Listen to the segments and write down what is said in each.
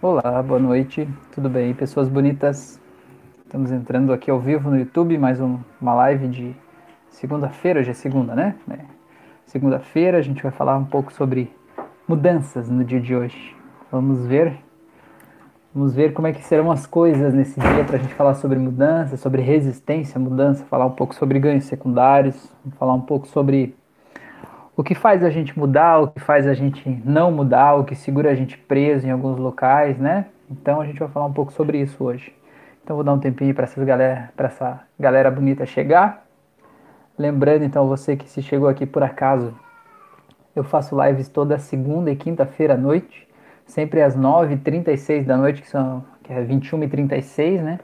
Olá, boa noite, tudo bem, pessoas bonitas? Estamos entrando aqui ao vivo no YouTube, uma live de segunda-feira, hoje é segunda, né? Segunda-feira a gente vai falar um pouco sobre mudanças no dia de hoje. Vamos ver, vamos ver como é que serão as coisas nesse dia para a gente falar sobre mudança, sobre resistência à mudança, falar um pouco sobre ganhos secundários, falar um pouco sobre o que faz a gente mudar, o que faz a gente não mudar, o que segura a gente preso em alguns locais, né? Então a gente vai falar um pouco sobre isso hoje. Então vou dar um tempinho para essa galera bonita chegar. Lembrando então você que se chegou aqui por acaso, eu faço lives toda segunda e quinta-feira à noite, sempre às 9h36 da noite, que é 21h36, né?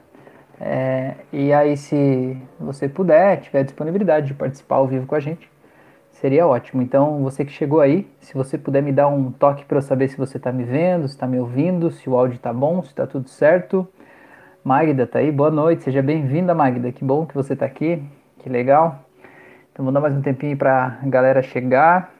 E aí se você puder, tiver disponibilidade de participar ao vivo com a gente, seria ótimo. Então, você que chegou aí, se você puder me dar um toque para eu saber se você está me vendo, se está me ouvindo, se o áudio está bom, se está tudo certo. Magda tá aí, boa noite, seja bem-vinda, Magda. Que bom que você está aqui, que legal. Então, vou dar mais um tempinho para a galera chegar.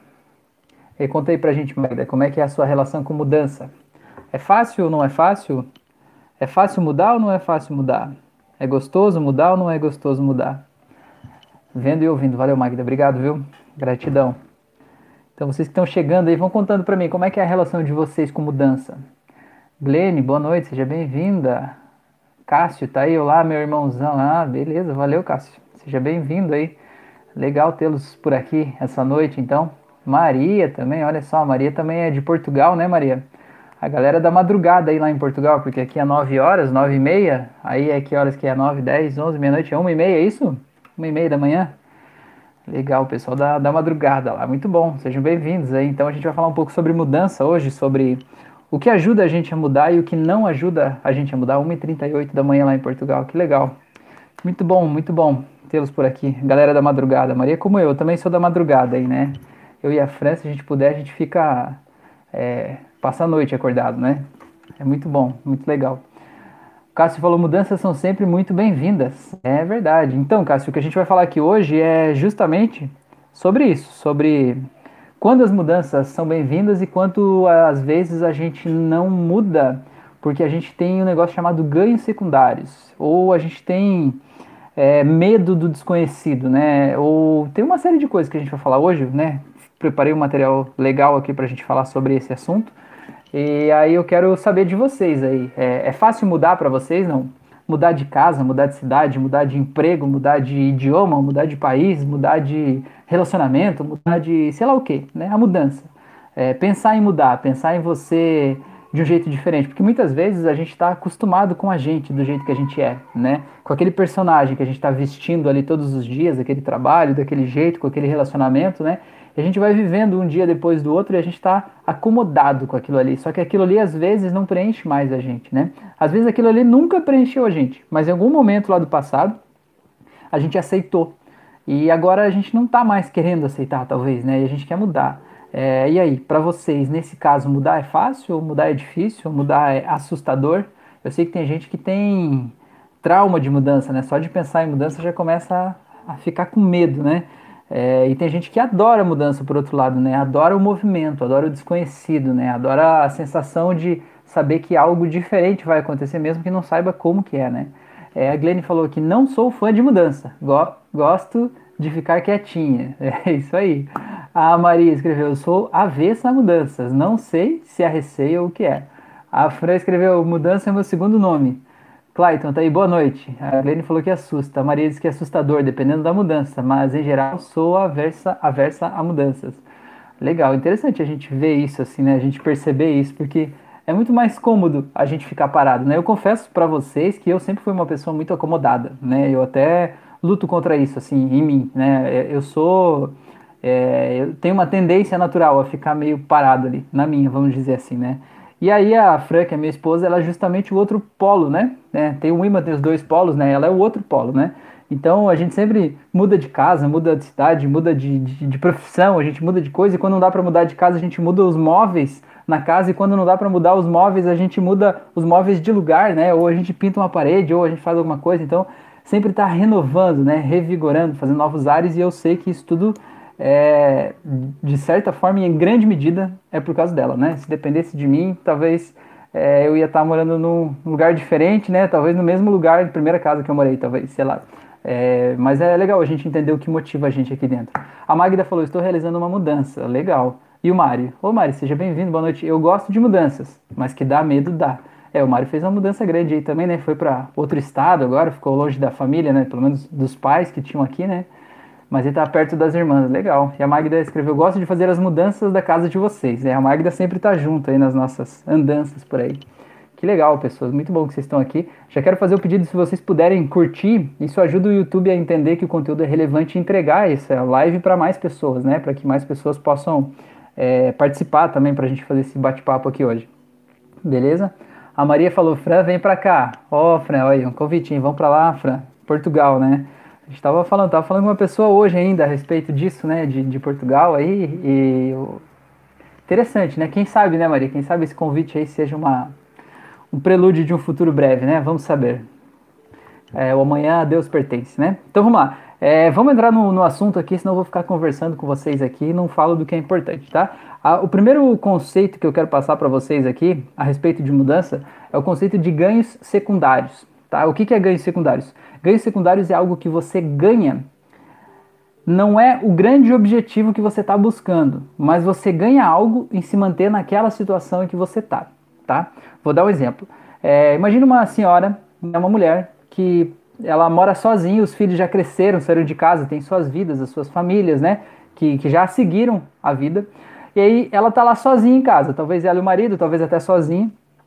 E conta aí pra gente, Magda, como é que é a sua relação com mudança? É fácil ou não é fácil? É fácil mudar ou não é fácil mudar? É gostoso mudar ou não é gostoso mudar? Vendo e ouvindo. Valeu, Magda. Obrigado, viu? Gratidão. Então, vocês que estão chegando aí, vão contando para mim como é que é a relação de vocês com mudança. Glene, boa noite, seja bem-vinda. Cássio, tá aí? Olá, meu irmãozão. Ah, beleza, valeu, Cássio. Seja bem-vindo aí. Legal tê-los por aqui essa noite, então. Maria também, olha só, a Maria também é de Portugal, né, Maria? A galera da madrugada aí lá em Portugal, porque aqui é 9 horas, 9h30. Aí é que horas que é? 9, 10, 11, meia-noite, é 1h30, é isso? 1h30 da manhã? Legal, pessoal da madrugada lá, muito bom, sejam bem-vindos aí. Então a gente vai falar um pouco sobre mudança hoje, sobre o que ajuda a gente a mudar e o que não ajuda a gente a mudar. 1h38 da manhã lá em Portugal, que legal. Muito bom tê-los por aqui. Galera da madrugada, Maria como eu também sou da madrugada aí, né? Eu e a Fran, se a gente puder, a gente fica, passa a noite acordado, né? É muito bom, muito legal. Cássio falou, mudanças são sempre muito bem-vindas. É verdade. Então, Cássio, o que a gente vai falar aqui hoje é justamente sobre isso, sobre quando as mudanças são bem-vindas e quanto às vezes a gente não muda porque a gente tem um negócio chamado ganhos secundários, ou a gente tem medo do desconhecido, né? Ou tem uma série de coisas que a gente vai falar hoje, né? Preparei um material legal aqui para a gente falar sobre esse assunto. E aí eu quero saber de vocês aí. É fácil mudar para vocês, não? Mudar de casa, mudar de cidade, mudar de emprego, mudar de idioma, mudar de país, mudar de relacionamento, mudar de sei lá o quê, né? A mudança. Pensar em mudar, pensar em você de um jeito diferente, porque muitas vezes a gente está acostumado com a gente do jeito que a gente é, né? Com aquele personagem que a gente está vestindo ali todos os dias, aquele trabalho, daquele jeito, com aquele relacionamento, né? E a gente vai vivendo um dia depois do outro e a gente está acomodado com aquilo ali. Só que aquilo ali às vezes não preenche mais a gente, né? Às vezes aquilo ali nunca preencheu a gente, mas em algum momento lá do passado a gente aceitou. E agora a gente não está mais querendo aceitar, talvez, né? E a gente quer mudar. E aí, para vocês, nesse caso, mudar é fácil? Ou mudar é difícil? Ou mudar é assustador? Eu sei que tem gente que tem trauma de mudança, né? Só de pensar em mudança já começa a ficar com medo, né? E tem gente que adora a mudança, por outro lado, né? Adora o movimento, adora o desconhecido, né? Adora a sensação de saber que algo diferente vai acontecer, mesmo que não saiba como que é, né? A Glenn falou que não sou fã de mudança, gosto de ficar quietinha. É isso aí. A Maria escreveu, eu sou avessa a mudanças, não sei se é receio ou o que é. A Fran escreveu, mudança é meu segundo nome. Clayton, tá aí, boa noite. A Glenn falou que assusta. A Maria disse que é assustador, dependendo da mudança, mas em geral sou aversa a mudanças. Legal, interessante a gente ver isso assim, né? A gente perceber isso, porque é muito mais cômodo a gente ficar parado, né? Eu confesso pra vocês que eu sempre fui uma pessoa muito acomodada, né? Eu até luto contra isso, assim, em mim, né? Eu tenho uma tendência natural a ficar meio parado ali, na minha, vamos dizer assim, né? E aí a Fran, que é minha esposa, ela é justamente o outro polo, né? Tem o imã, tem os dois polos, né? Ela é o outro polo, né? Então a gente sempre muda de casa, muda de cidade, muda de profissão, a gente muda de coisa, e quando não dá para mudar de casa, a gente muda os móveis na casa, e quando não dá para mudar os móveis, a gente muda os móveis de lugar, né? Ou a gente pinta uma parede, ou a gente faz alguma coisa. Então sempre está renovando, né? Revigorando, fazendo novos ares, e eu sei que isso tudo de certa forma e em grande medida é por causa dela, né? Se dependesse de mim, talvez eu ia estar morando num lugar diferente, né? Talvez no mesmo lugar, primeira casa que eu morei, talvez, sei lá. Mas é legal a gente entender o que motiva a gente aqui dentro. A Magda falou, estou realizando uma mudança. Legal. E o Mário? Ô Mário, seja bem-vindo, boa noite. Eu gosto de mudanças, mas que dá medo, dá. O Mário fez uma mudança grande aí também, né? Foi para outro estado agora, ficou longe da família, né? Pelo menos dos pais que tinham aqui, né? Mas ele tá perto das irmãs, legal. E a Magda escreveu, gosto de fazer as mudanças da casa de vocês. A Magda sempre tá junto aí nas nossas andanças por aí. Que legal, pessoas. Muito bom que vocês estão aqui. Já quero fazer o pedido, se vocês puderem curtir, isso ajuda o YouTube a entender que o conteúdo é relevante e entregar essa live para mais pessoas, né? Para que mais pessoas possam participar também, para a gente fazer esse bate-papo aqui hoje. Beleza? A Maria falou, Fran, vem para cá. Ó, Fran, olha aí, um convitinho. Vamos para lá, Fran. Portugal, né? A gente tava falando com uma pessoa hoje ainda a respeito disso, né? De Portugal aí. Interessante, né? Quem sabe, né, Maria? Quem sabe esse convite aí seja um prelúdio de um futuro breve, né? Vamos saber. O amanhã a Deus pertence, né? Então vamos lá. Vamos entrar no assunto aqui, senão eu vou ficar conversando com vocês aqui e não falo do que é importante, tá? O primeiro conceito que eu quero passar para vocês aqui, a respeito de mudança, é o conceito de ganhos secundários, tá? O que é ganhos secundários? Ganhos secundários é algo que você ganha, não é o grande objetivo que você está buscando, mas você ganha algo em se manter naquela situação em que você está, tá? Vou dar um exemplo. Imagina uma senhora, uma mulher, que ela mora sozinha, os filhos já cresceram, saíram de casa, têm suas vidas, as suas famílias, né? Que já seguiram a vida. E aí ela tá lá sozinha em casa, talvez ela e o marido, talvez até sozinha.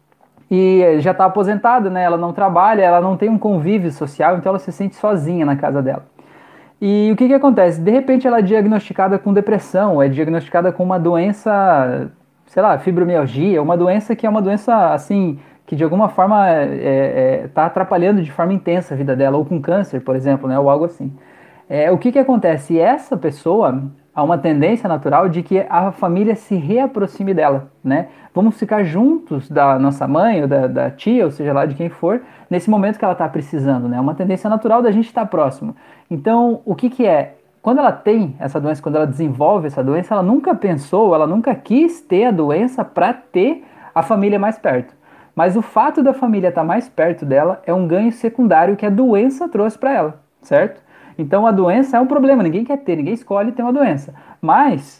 E já está aposentada, né? Ela não trabalha, ela não tem um convívio social, então ela se sente sozinha na casa dela. E o que acontece? De repente ela é diagnosticada com depressão, é diagnosticada com uma doença, sei lá, fibromialgia, uma doença que é uma doença, assim, que de alguma forma está atrapalhando de forma intensa a vida dela, ou com câncer, por exemplo, né? Ou algo assim. O que acontece? Essa pessoa, há uma tendência natural de que a família se reaproxime dela, né? Vamos ficar juntos da nossa mãe ou da tia, ou seja lá de quem for, nesse momento que ela está precisando, né? É uma tendência natural da gente estar próximo. Então, o que é? Quando ela tem essa doença, quando ela desenvolve essa doença, ela nunca pensou, ela nunca quis ter a doença para ter a família mais perto. Mas o fato da família estar mais perto dela é um ganho secundário que a doença trouxe para ela, certo? Então a doença é um problema, ninguém quer ter, ninguém escolhe ter uma doença. Mas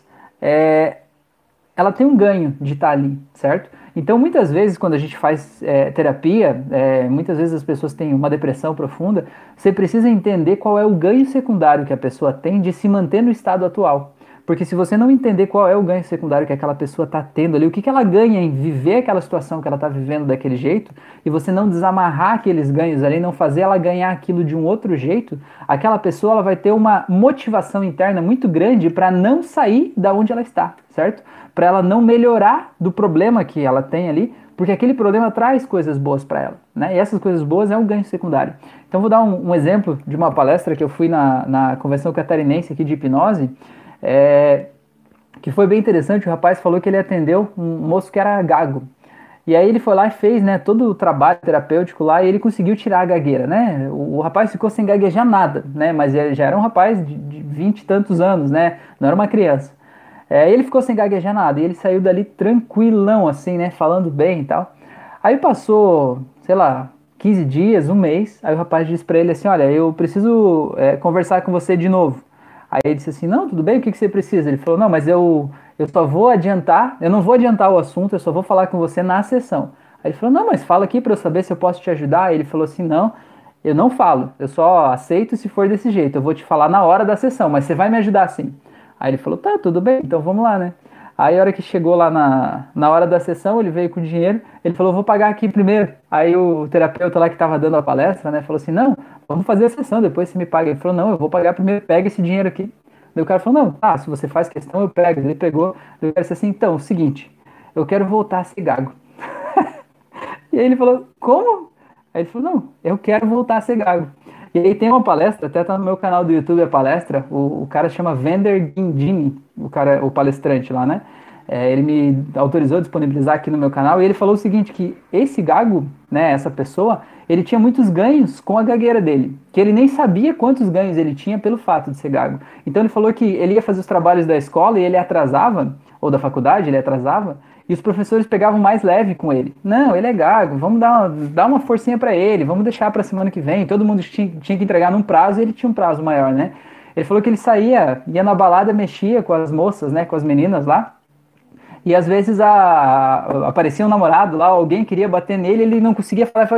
ela tem um ganho de estar ali, certo? Então muitas vezes quando a gente faz terapia, muitas vezes as pessoas têm uma depressão profunda, você precisa entender qual é o ganho secundário que a pessoa tem de se manter no estado atual. Porque se você não entender qual é o ganho secundário que aquela pessoa está tendo ali, o que ela ganha em viver aquela situação que ela está vivendo daquele jeito, e você não desamarrar aqueles ganhos ali, não fazer ela ganhar aquilo de um outro jeito, aquela pessoa ela vai ter uma motivação interna muito grande para não sair da onde ela está, certo? Para ela não melhorar do problema que ela tem ali, porque aquele problema traz coisas boas para ela, né? E essas coisas boas é um ganho secundário. Então vou dar um exemplo de uma palestra que eu fui na Convenção Catarinense aqui de Hipnose, que foi bem interessante. O rapaz falou que ele atendeu um moço que era gago. E aí ele foi lá e fez, né, todo o trabalho terapêutico lá e ele conseguiu tirar a gagueira, né? O rapaz ficou sem gaguejar nada, né? Mas ele já era um rapaz de 20 e tantos anos, né? Não era uma criança. Ele ficou sem gaguejar nada e ele saiu dali tranquilão, assim, né? Falando bem e tal. Aí passou, sei lá, 15 dias, um mês. Aí o rapaz disse pra ele assim: olha, eu preciso conversar com você de novo. Aí ele disse assim: não, tudo bem, o que você precisa? Ele falou: não, mas eu só vou adiantar, eu não vou adiantar o assunto, eu só vou falar com você na sessão. Aí ele falou: não, mas fala aqui para eu saber se eu posso te ajudar. Aí ele falou assim: não, eu não falo, eu só aceito se for desse jeito, eu vou te falar na hora da sessão, mas você vai me ajudar sim. Aí ele falou: tá, tudo bem, então vamos lá, né? Aí a hora que chegou lá na hora da sessão, ele veio com o dinheiro, ele falou: vou pagar aqui primeiro. Aí o terapeuta lá que estava dando a palestra, né, falou assim: não, vamos fazer a sessão, depois você me paga. Ele falou: não, eu vou pagar primeiro, pega esse dinheiro aqui. Daí o cara falou: não, tá, se você faz questão, eu pego. Ele pegou, daí o cara disse assim: então, o seguinte, eu quero voltar a ser gago. E aí ele falou: como? Aí ele falou: não, eu quero voltar a ser gago. E aí tem uma palestra, até tá no meu canal do YouTube a palestra, o cara chama Vander Guindini, o palestrante lá, né? Ele me autorizou a disponibilizar aqui no meu canal e ele falou o seguinte, que esse gago, né, essa pessoa, ele tinha muitos ganhos com a gagueira dele, que ele nem sabia quantos ganhos ele tinha pelo fato de ser gago. Então ele falou que ele ia fazer os trabalhos da escola e ele atrasava, ou da faculdade, ele atrasava, E os professores pegavam mais leve com ele. Não, ele é gago, vamos dar uma forcinha para ele, vamos deixar para semana que vem. Todo mundo tinha que entregar num prazo e ele tinha um prazo maior, né? Ele falou que ele ia na balada, mexia com as moças, né, com as meninas lá. E às vezes aparecia um namorado lá, alguém queria bater nele, ele não conseguia falar,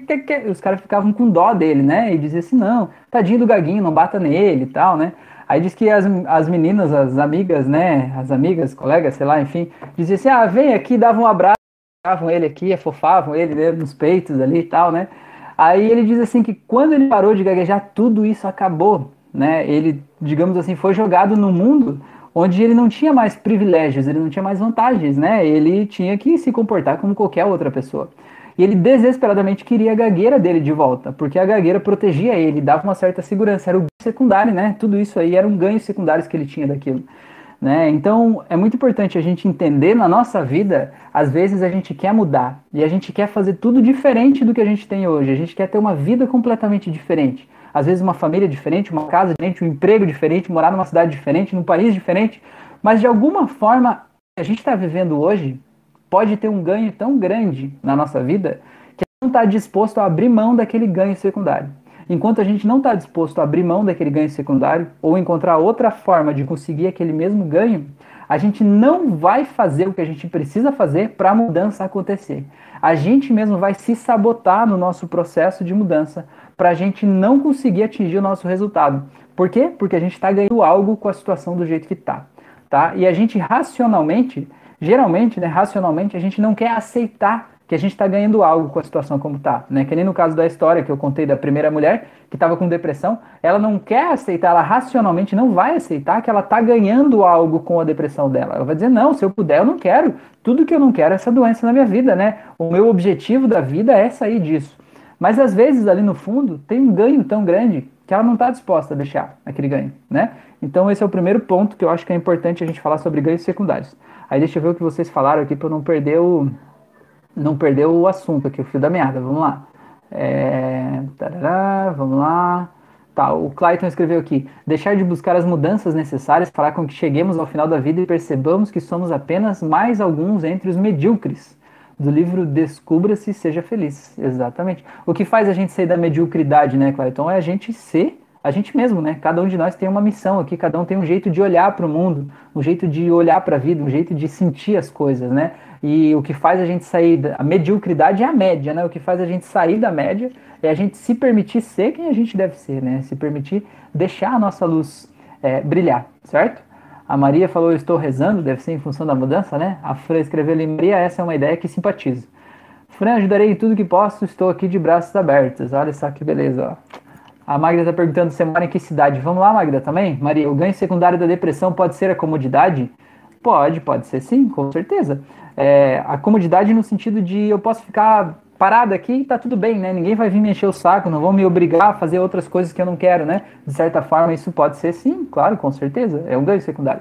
os caras ficavam com dó dele, né? E dizia assim, não, tadinho do gaguinho, não bata nele e tal, né? Aí diz que as meninas, as amigas, né? As amigas, colegas, sei lá, enfim, diziam assim, vem aqui, davam um abraço, davam ele aqui, afofavam ele, né, nos peitos ali e tal, né? Aí ele diz assim que quando ele parou de gaguejar, tudo isso acabou, né? Ele, digamos assim, foi jogado no mundo onde ele não tinha mais privilégios, ele não tinha mais vantagens, né? Ele tinha que se comportar como qualquer outra pessoa. E ele desesperadamente queria a gagueira dele de volta, porque a gagueira protegia ele, dava uma certa segurança, era o ganho secundário, né? Tudo isso aí eram ganhos secundários que ele tinha daquilo. Né? Então é muito importante a gente entender na nossa vida, às vezes a gente quer mudar e a gente quer fazer tudo diferente do que a gente tem hoje, a gente quer ter uma vida completamente diferente, às vezes uma família diferente, uma casa diferente, um emprego diferente, morar numa cidade diferente, num país diferente, mas de alguma forma a gente está vivendo hoje pode ter um ganho tão grande na nossa vida que a gente não está disposto a abrir mão daquele ganho secundário. Enquanto a gente não está disposto a abrir mão daquele ganho secundário ou encontrar outra forma de conseguir aquele mesmo ganho, a gente não vai fazer o que a gente precisa fazer para a mudança acontecer. A gente mesmo vai se sabotar no nosso processo de mudança para a gente não conseguir atingir o nosso resultado. Por quê? Porque a gente está ganhando algo com a situação do jeito que está. Tá? E a gente racionalmente, geralmente, né, racionalmente, a gente não quer aceitar que a gente está ganhando algo com a situação como está, né? Que nem no caso da história que eu contei da primeira mulher que estava com depressão, ela não quer aceitar, ela racionalmente não vai aceitar que ela está ganhando algo com a depressão dela. Ela vai dizer, não, se eu puder, eu não quero. Tudo que eu não quero é essa doença na minha vida, né? O meu objetivo da vida é sair disso. Mas às vezes ali no fundo tem um ganho tão grande que ela não está disposta a deixar aquele ganho, né? Então esse é o primeiro ponto que eu acho que é importante a gente falar sobre ganhos secundários. Aí deixa eu ver o que vocês falaram aqui para eu não perder o assunto aqui, o fio da meada. Vamos lá. Vamos lá. Tá, o Clayton escreveu aqui: deixar de buscar as mudanças necessárias fará com que cheguemos ao final da vida e percebamos que somos apenas mais alguns entre os medíocres. Do livro Descubra-se e Seja Feliz. Exatamente. O que faz a gente sair da mediocridade, né, Clayton, é a gente ser a gente mesmo, né? Cada um de nós tem uma missão aqui, cada um tem um jeito de olhar para o mundo, um jeito de olhar para a vida, um jeito de sentir as coisas, né? E o que faz a gente sair a mediocridade é a média, né? O que faz a gente sair da média é a gente se permitir ser quem a gente deve ser, né? Se permitir deixar a nossa luz brilhar, certo? A Maria falou, eu estou rezando, deve ser em função da mudança, né? A Fran escreveu ali, Maria, essa é uma ideia que simpatizo. Fran, ajudarei em tudo que posso, estou aqui de braços abertos. Olha só que beleza, ó. A Magda está perguntando se você mora em que cidade. Vamos lá, Magda, também? Maria, o ganho secundário da depressão pode ser a comodidade? Pode ser sim, com certeza. A comodidade no sentido de eu posso ficar parado aqui e tá tudo bem, né? Ninguém vai vir me encher o saco, não vão me obrigar a fazer outras coisas que eu não quero, né? De certa forma, isso pode ser sim, claro, com certeza. É um ganho secundário.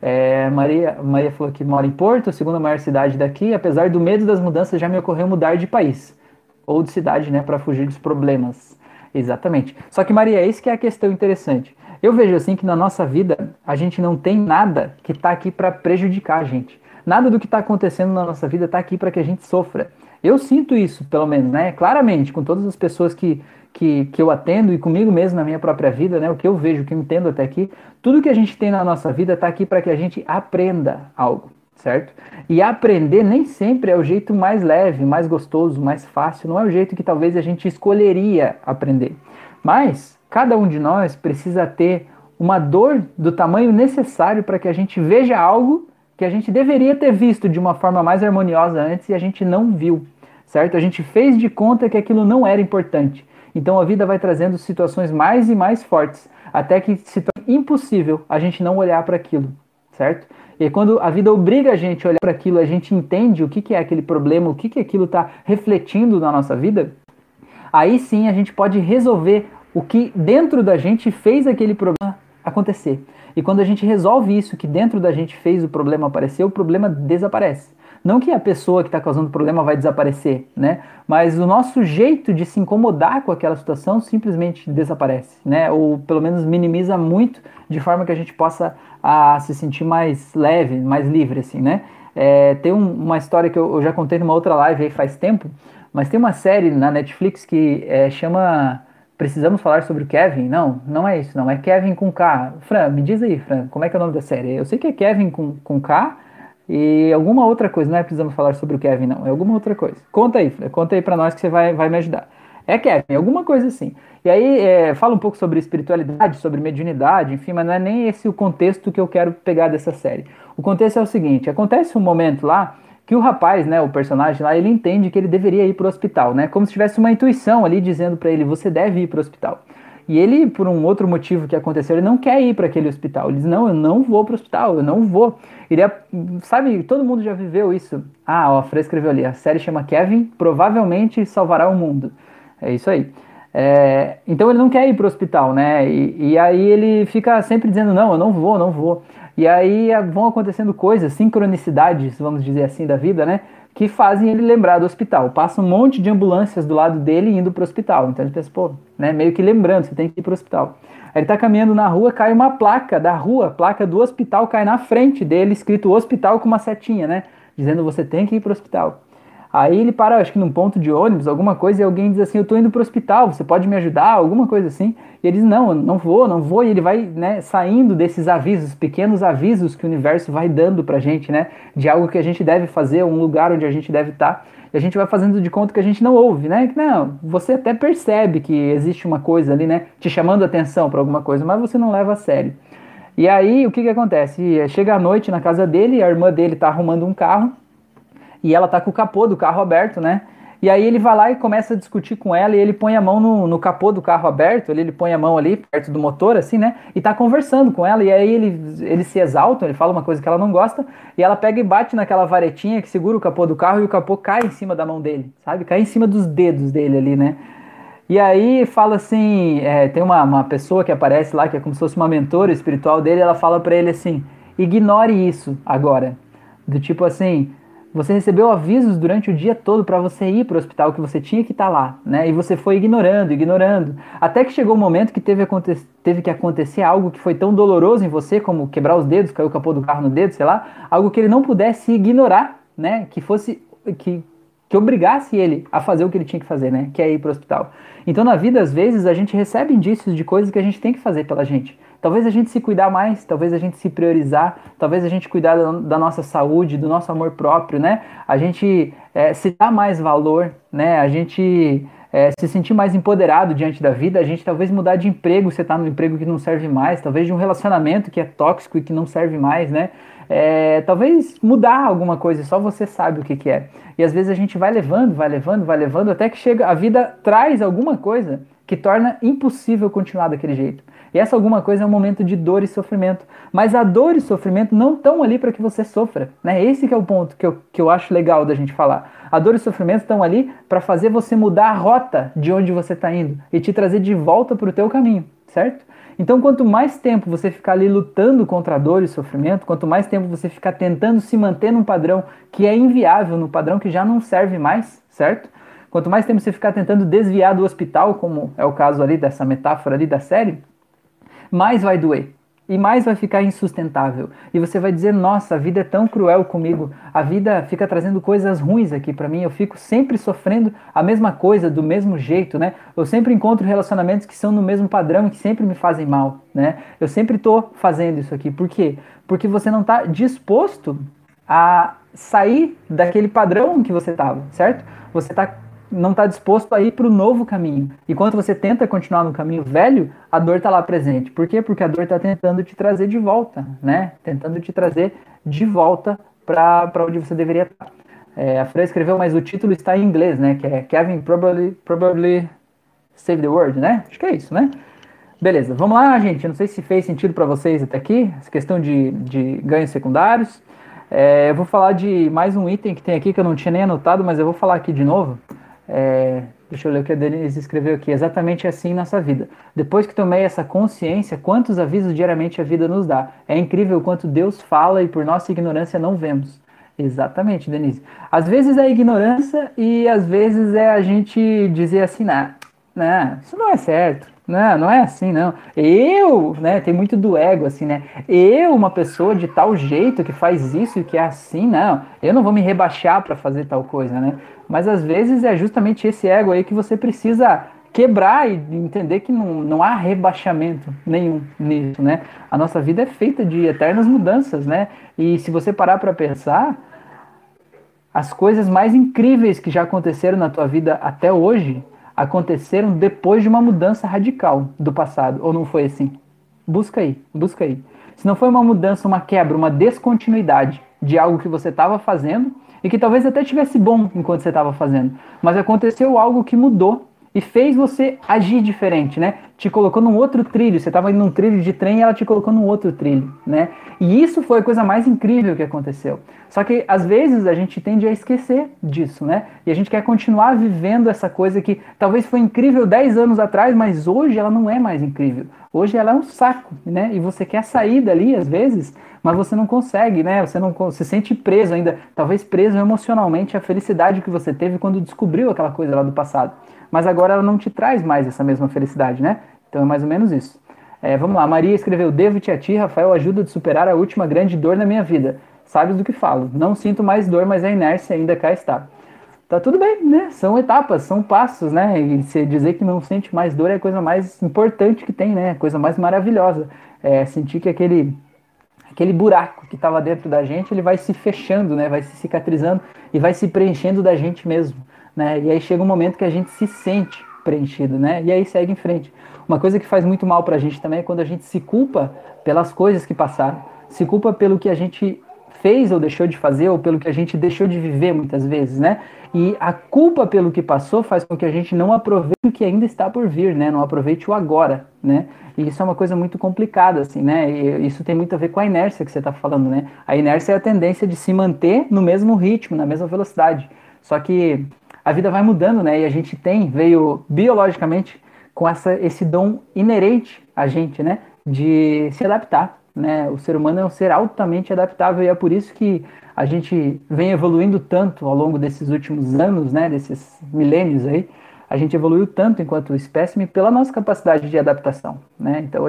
Maria falou que mora em Porto, a segunda maior cidade daqui. Apesar do medo das mudanças, já me ocorreu mudar de país ou de cidade, né? Para fugir dos problemas. Exatamente. Só que, Maria, isso que é a questão interessante. Eu vejo assim que na nossa vida a gente não tem nada que está aqui para prejudicar a gente. Nada do que está acontecendo na nossa vida está aqui para que a gente sofra. Eu sinto isso, pelo menos, né? Claramente, com todas as pessoas que eu atendo e comigo mesmo na minha própria vida, né? O que eu vejo, o que eu entendo até aqui, tudo que a gente tem na nossa vida está aqui para que a gente aprenda algo, certo? E aprender nem sempre é o jeito mais leve, mais gostoso, mais fácil, não é o jeito que talvez a gente escolheria aprender. Mas cada um de nós precisa ter uma dor do tamanho necessário para que a gente veja algo que a gente deveria ter visto de uma forma mais harmoniosa antes e a gente não viu, certo? A gente fez de conta que aquilo não era importante. Então a vida vai trazendo situações mais e mais fortes, até que se torna impossível a gente não olhar para aquilo, certo? E quando a vida obriga a gente a olhar para aquilo, a gente entende o que é aquele problema, o que aquilo está refletindo na nossa vida, aí sim a gente pode resolver o que dentro da gente fez aquele problema acontecer. E quando a gente resolve isso que dentro da gente fez o problema aparecer, o problema desaparece. Não que a pessoa que está causando o problema vai desaparecer, né? Mas o nosso jeito de se incomodar com aquela situação simplesmente desaparece, né? Ou pelo menos minimiza muito, de forma que a gente possa se sentir mais leve, mais livre, assim, né? Tem uma história que eu já contei numa outra live aí faz tempo, mas tem uma série na Netflix que chama Precisamos Falar sobre o Kevin. Não, não é isso, não. É Kevin com K. Fran, me diz aí, Fran, como é que é o nome da série? Eu sei que é Kevin com K e alguma outra coisa. Não é Precisamos Falar sobre o Kevin, não. É alguma outra coisa. Conta aí, Fran. Conta aí pra nós que você vai me ajudar. É Kevin, alguma coisa assim. E aí, fala um pouco sobre espiritualidade, sobre mediunidade, enfim, mas não é nem esse o contexto que eu quero pegar dessa série. O contexto é o seguinte: acontece um momento lá que o rapaz, né, o personagem lá, ele entende que ele deveria ir para o hospital, né? Como se tivesse uma intuição ali dizendo para ele: você deve ir para o hospital. E ele, por um outro motivo que aconteceu, ele não quer ir para aquele hospital. Ele diz: não, eu não vou para o hospital, eu não vou. Ele sabe, todo mundo já viveu isso. Ah, ó, a Fran escreveu ali: a série chama Kevin, provavelmente salvará o mundo. É isso aí. Então ele não quer ir para o hospital, né? E aí ele fica sempre dizendo: não, eu não vou, não vou. E aí vão acontecendo coisas, sincronicidades, vamos dizer assim, da vida, né? Que fazem ele lembrar do hospital. Passa um monte de ambulâncias do lado dele indo para o hospital. Então ele pensa: pô, né? Meio que lembrando, você tem que ir para o hospital. Aí ele tá caminhando na rua, cai uma placa da rua, placa do hospital cai na frente dele, escrito hospital com uma setinha, né? Dizendo: você tem que ir para o hospital. Aí ele para, acho que num ponto de ônibus, alguma coisa, e alguém diz assim: eu tô indo pro hospital, você pode me ajudar? Alguma coisa assim. E ele diz: não, eu não vou, não vou. E ele vai, né, saindo desses avisos, pequenos avisos que o universo vai dando pra gente, né? De algo que a gente deve fazer, um lugar onde a gente deve estar. E a gente vai fazendo de conta que a gente não ouve, né? Que não, você até percebe que existe uma coisa ali, né? Te chamando a atenção para alguma coisa, mas você não leva a sério. E aí, o que que acontece? Chega à noite na casa dele, a irmã dele tá arrumando um carro, e ela tá com o capô do carro aberto, né? E aí ele vai lá e começa a discutir com ela e ele põe a mão no capô do carro aberto, ele põe a mão ali perto do motor, assim, né? E tá conversando com ela, e aí ele se exalta, ele fala uma coisa que ela não gosta, e ela pega e bate naquela varetinha que segura o capô do carro e o capô cai em cima da mão dele, sabe? Cai em cima dos dedos dele ali, né? E aí fala assim, tem uma pessoa que aparece lá, que é como se fosse uma mentora espiritual dele, ela fala pra ele assim: ignore isso agora. Do tipo assim, você recebeu avisos durante o dia todo para você ir para o hospital, que você tinha que estar lá, né? E você foi ignorando, ignorando, até que chegou o momento que teve que acontecer algo que foi tão doloroso em você, como quebrar os dedos, caiu o capô do carro no dedo, sei lá, algo que ele não pudesse ignorar, né? Que fosse que obrigasse ele a fazer o que ele tinha que fazer, né? Que é ir para o hospital. Então, na vida, às vezes, a gente recebe indícios de coisas que a gente tem que fazer pela gente. Talvez a gente se cuidar mais, talvez a gente se priorizar, talvez a gente cuidar da nossa saúde, do nosso amor próprio, né? A gente se dar mais valor, né? A gente se sentir mais empoderado diante da vida, a gente talvez mudar de emprego, você está num emprego que não serve mais, talvez de um relacionamento que é tóxico e que não serve mais, né? Talvez mudar alguma coisa, só você sabe o que que é. E às vezes a gente vai levando, vai levando, vai levando, até que chega, a vida traz alguma coisa que torna impossível continuar daquele jeito. E essa alguma coisa é um momento de dor e sofrimento. Mas a dor e sofrimento não estão ali para que você sofra, né? Esse que é o ponto que eu acho legal da gente falar. A dor e o sofrimento estão ali para fazer você mudar a rota de onde você está indo e te trazer de volta para o teu caminho, certo? Então, quanto mais tempo você ficar ali lutando contra a dor e sofrimento, quanto mais tempo você ficar tentando se manter num padrão que é inviável, num padrão que já não serve mais, certo? Quanto mais tempo você ficar tentando desviar do hospital, como é o caso ali dessa metáfora ali da série, mais vai doer. E mais vai ficar insustentável. E você vai dizer: nossa, a vida é tão cruel comigo. A vida fica trazendo coisas ruins aqui pra mim. Eu fico sempre sofrendo a mesma coisa, do mesmo jeito, né? Eu sempre encontro relacionamentos que são no mesmo padrão e que sempre me fazem mal, né? Eu sempre tô fazendo isso aqui. Por quê? Porque você não tá disposto a sair daquele padrão que você tava, certo? Você não está disposto a ir para o novo caminho. Enquanto você tenta continuar no caminho velho, a dor está lá presente. Por quê? Porque a dor está tentando te trazer de volta, né? Tentando te trazer de volta para onde você deveria estar. A Fran escreveu, mas o título está em inglês, né? Que é Kevin Probably Save the World, né? Acho que é isso, né? Beleza, vamos lá, gente. Eu não sei se fez sentido para vocês até aqui, essa questão de ganhos secundários. Eu vou falar de mais um item que tem aqui que eu não tinha nem anotado, mas eu vou falar aqui de novo. Deixa eu ler o que a Denise escreveu aqui. Exatamente assim nossa vida. Depois que tomei essa consciência, quantos avisos diariamente a vida nos dá. É incrível o quanto Deus fala e por nossa ignorância não vemos. Exatamente, Denise. Às vezes é ignorância e às vezes é a gente dizer assim: não, isso não é certo. Não, não é assim, não. Eu, né, tem muito do ego, assim, né? Eu, uma pessoa de tal jeito que faz isso e que é assim, não. Eu não vou me rebaixar para fazer tal coisa, né? Mas às vezes é justamente esse ego aí que você precisa quebrar e entender que não há rebaixamento nenhum nisso, né? A nossa vida é feita de eternas mudanças, né? E se você parar para pensar, as coisas mais incríveis que já aconteceram na tua vida até hoje aconteceram depois de uma mudança radical do passado, ou não foi assim? Busca aí, busca aí. Se não foi uma mudança, uma quebra, uma descontinuidade de algo que você estava fazendo e que talvez até tivesse bom enquanto você estava fazendo, mas aconteceu algo que mudou e fez você agir diferente, né? Te colocou num outro trilho. Você estava indo num trilho de trem e ela te colocou num outro trilho, né? E isso foi a coisa mais incrível que aconteceu. Só que às vezes a gente tende a esquecer disso, né? E a gente quer continuar vivendo essa coisa que talvez foi incrível 10 anos atrás, mas hoje ela não é mais incrível. Hoje ela é um saco, né? E você quer sair dali às vezes, mas você não consegue, né? Você não se sente preso ainda, talvez preso emocionalmente à felicidade que você teve quando descobriu aquela coisa lá do passado. Mas agora ela não te traz mais essa mesma felicidade, né? Então é mais ou menos isso. Vamos lá, Maria escreveu: Devo-te a ti, Rafael, ajuda de superar a última grande dor na minha vida. Sabes do que falo. Não sinto mais dor, mas a inércia ainda cá está. Tá tudo bem, né? São etapas, são passos, né? E você dizer que não sente mais dor é a coisa mais importante que tem, né? A coisa mais maravilhosa. É sentir que aquele buraco que estava dentro da gente, ele vai se fechando, né? Vai se cicatrizando e vai se preenchendo da gente mesmo, né? E aí chega um momento que a gente se sente preenchido, né? E aí segue em frente. Uma coisa que faz muito mal pra gente também é quando a gente se culpa pelas coisas que passaram, se culpa pelo que a gente fez ou deixou de fazer, ou pelo que a gente deixou de viver muitas vezes, né? E a culpa pelo que passou faz com que a gente não aproveite o que ainda está por vir, né? Não aproveite o agora, né? E isso é uma coisa muito complicada, assim, né? E isso tem muito a ver com a inércia que você está falando, né? A inércia é a tendência de se manter no mesmo ritmo, na mesma velocidade. Só que a vida vai mudando, né? E a gente veio biologicamente com esse dom inerente a gente, né? De se adaptar, né? O ser humano é um ser altamente adaptável e é por isso que a gente vem evoluindo tanto ao longo desses últimos anos, né? Desses milênios aí. A gente evoluiu tanto enquanto espécime pela nossa capacidade de adaptação, né? Então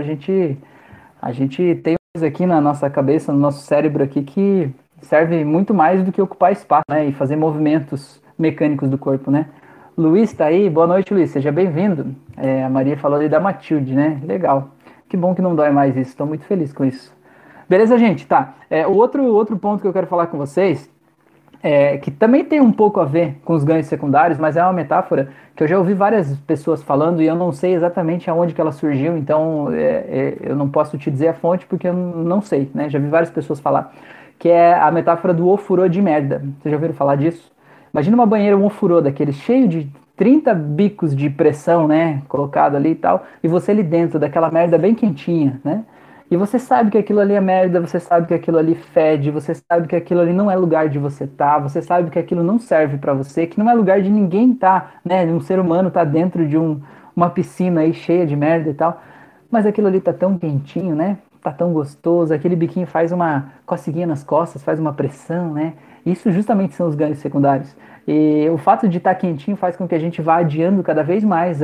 a gente tem coisa aqui na nossa cabeça, no nosso cérebro aqui que serve muito mais do que ocupar espaço, né? E fazer movimentos mecânicos do corpo, né? Luiz tá aí? Boa noite, Luiz. Seja bem-vindo. A Maria falou ali da Matilde, né? Legal. Que bom que não dói mais isso. Estou muito feliz com isso. Beleza, gente? Tá. O outro ponto que eu quero falar com vocês que também tem um pouco a ver com os ganhos secundários, mas é uma metáfora que eu já ouvi várias pessoas falando e eu não sei exatamente aonde que ela surgiu, então eu não posso te dizer a fonte porque eu não sei, né? Já vi várias pessoas falar, que é a metáfora do ofurô de merda. Vocês já ouviram falar disso? Imagina uma banheira, um ofurô daquele cheio de 30 bicos de pressão, né, colocado ali e tal, e você ali dentro daquela merda bem quentinha, né? E você sabe que aquilo ali é merda, você sabe que aquilo ali fede, você sabe que aquilo ali não é lugar de você estar, você sabe que aquilo não serve pra você, que não é lugar de ninguém estar, né? Um ser humano tá dentro de uma piscina aí cheia de merda e tal. Mas aquilo ali tá tão quentinho, né? Tá tão gostoso, aquele biquinho faz uma coceguinha nas costas, faz uma pressão, né? Isso justamente são os ganhos secundários. E o fato de estar quentinho faz com que a gente vá adiando cada vez mais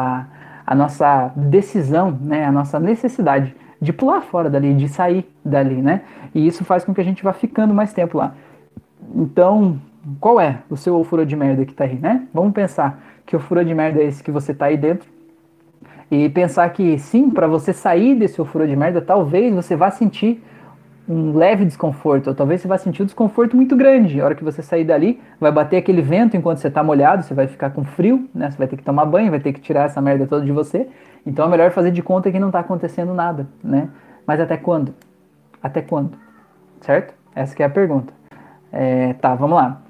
a nossa decisão, né? A nossa necessidade de pular fora dali, de sair dali, né? E isso faz com que a gente vá ficando mais tempo lá. Então, qual é o seu furo de merda que tá aí, né? Vamos pensar que o furo de merda é esse que você tá aí dentro e pensar que sim, para você sair desse furo de merda, talvez você vá sentir um leve desconforto, ou talvez você vá sentir um desconforto muito grande. A hora que você sair dali, vai bater aquele vento enquanto você tá molhado, você vai ficar com frio, né? Você vai ter que tomar banho, vai ter que tirar essa merda toda de você. Então é melhor fazer de conta que não tá acontecendo nada, né? Mas até quando? Até quando? Certo? Essa que é a pergunta. Tá, vamos lá.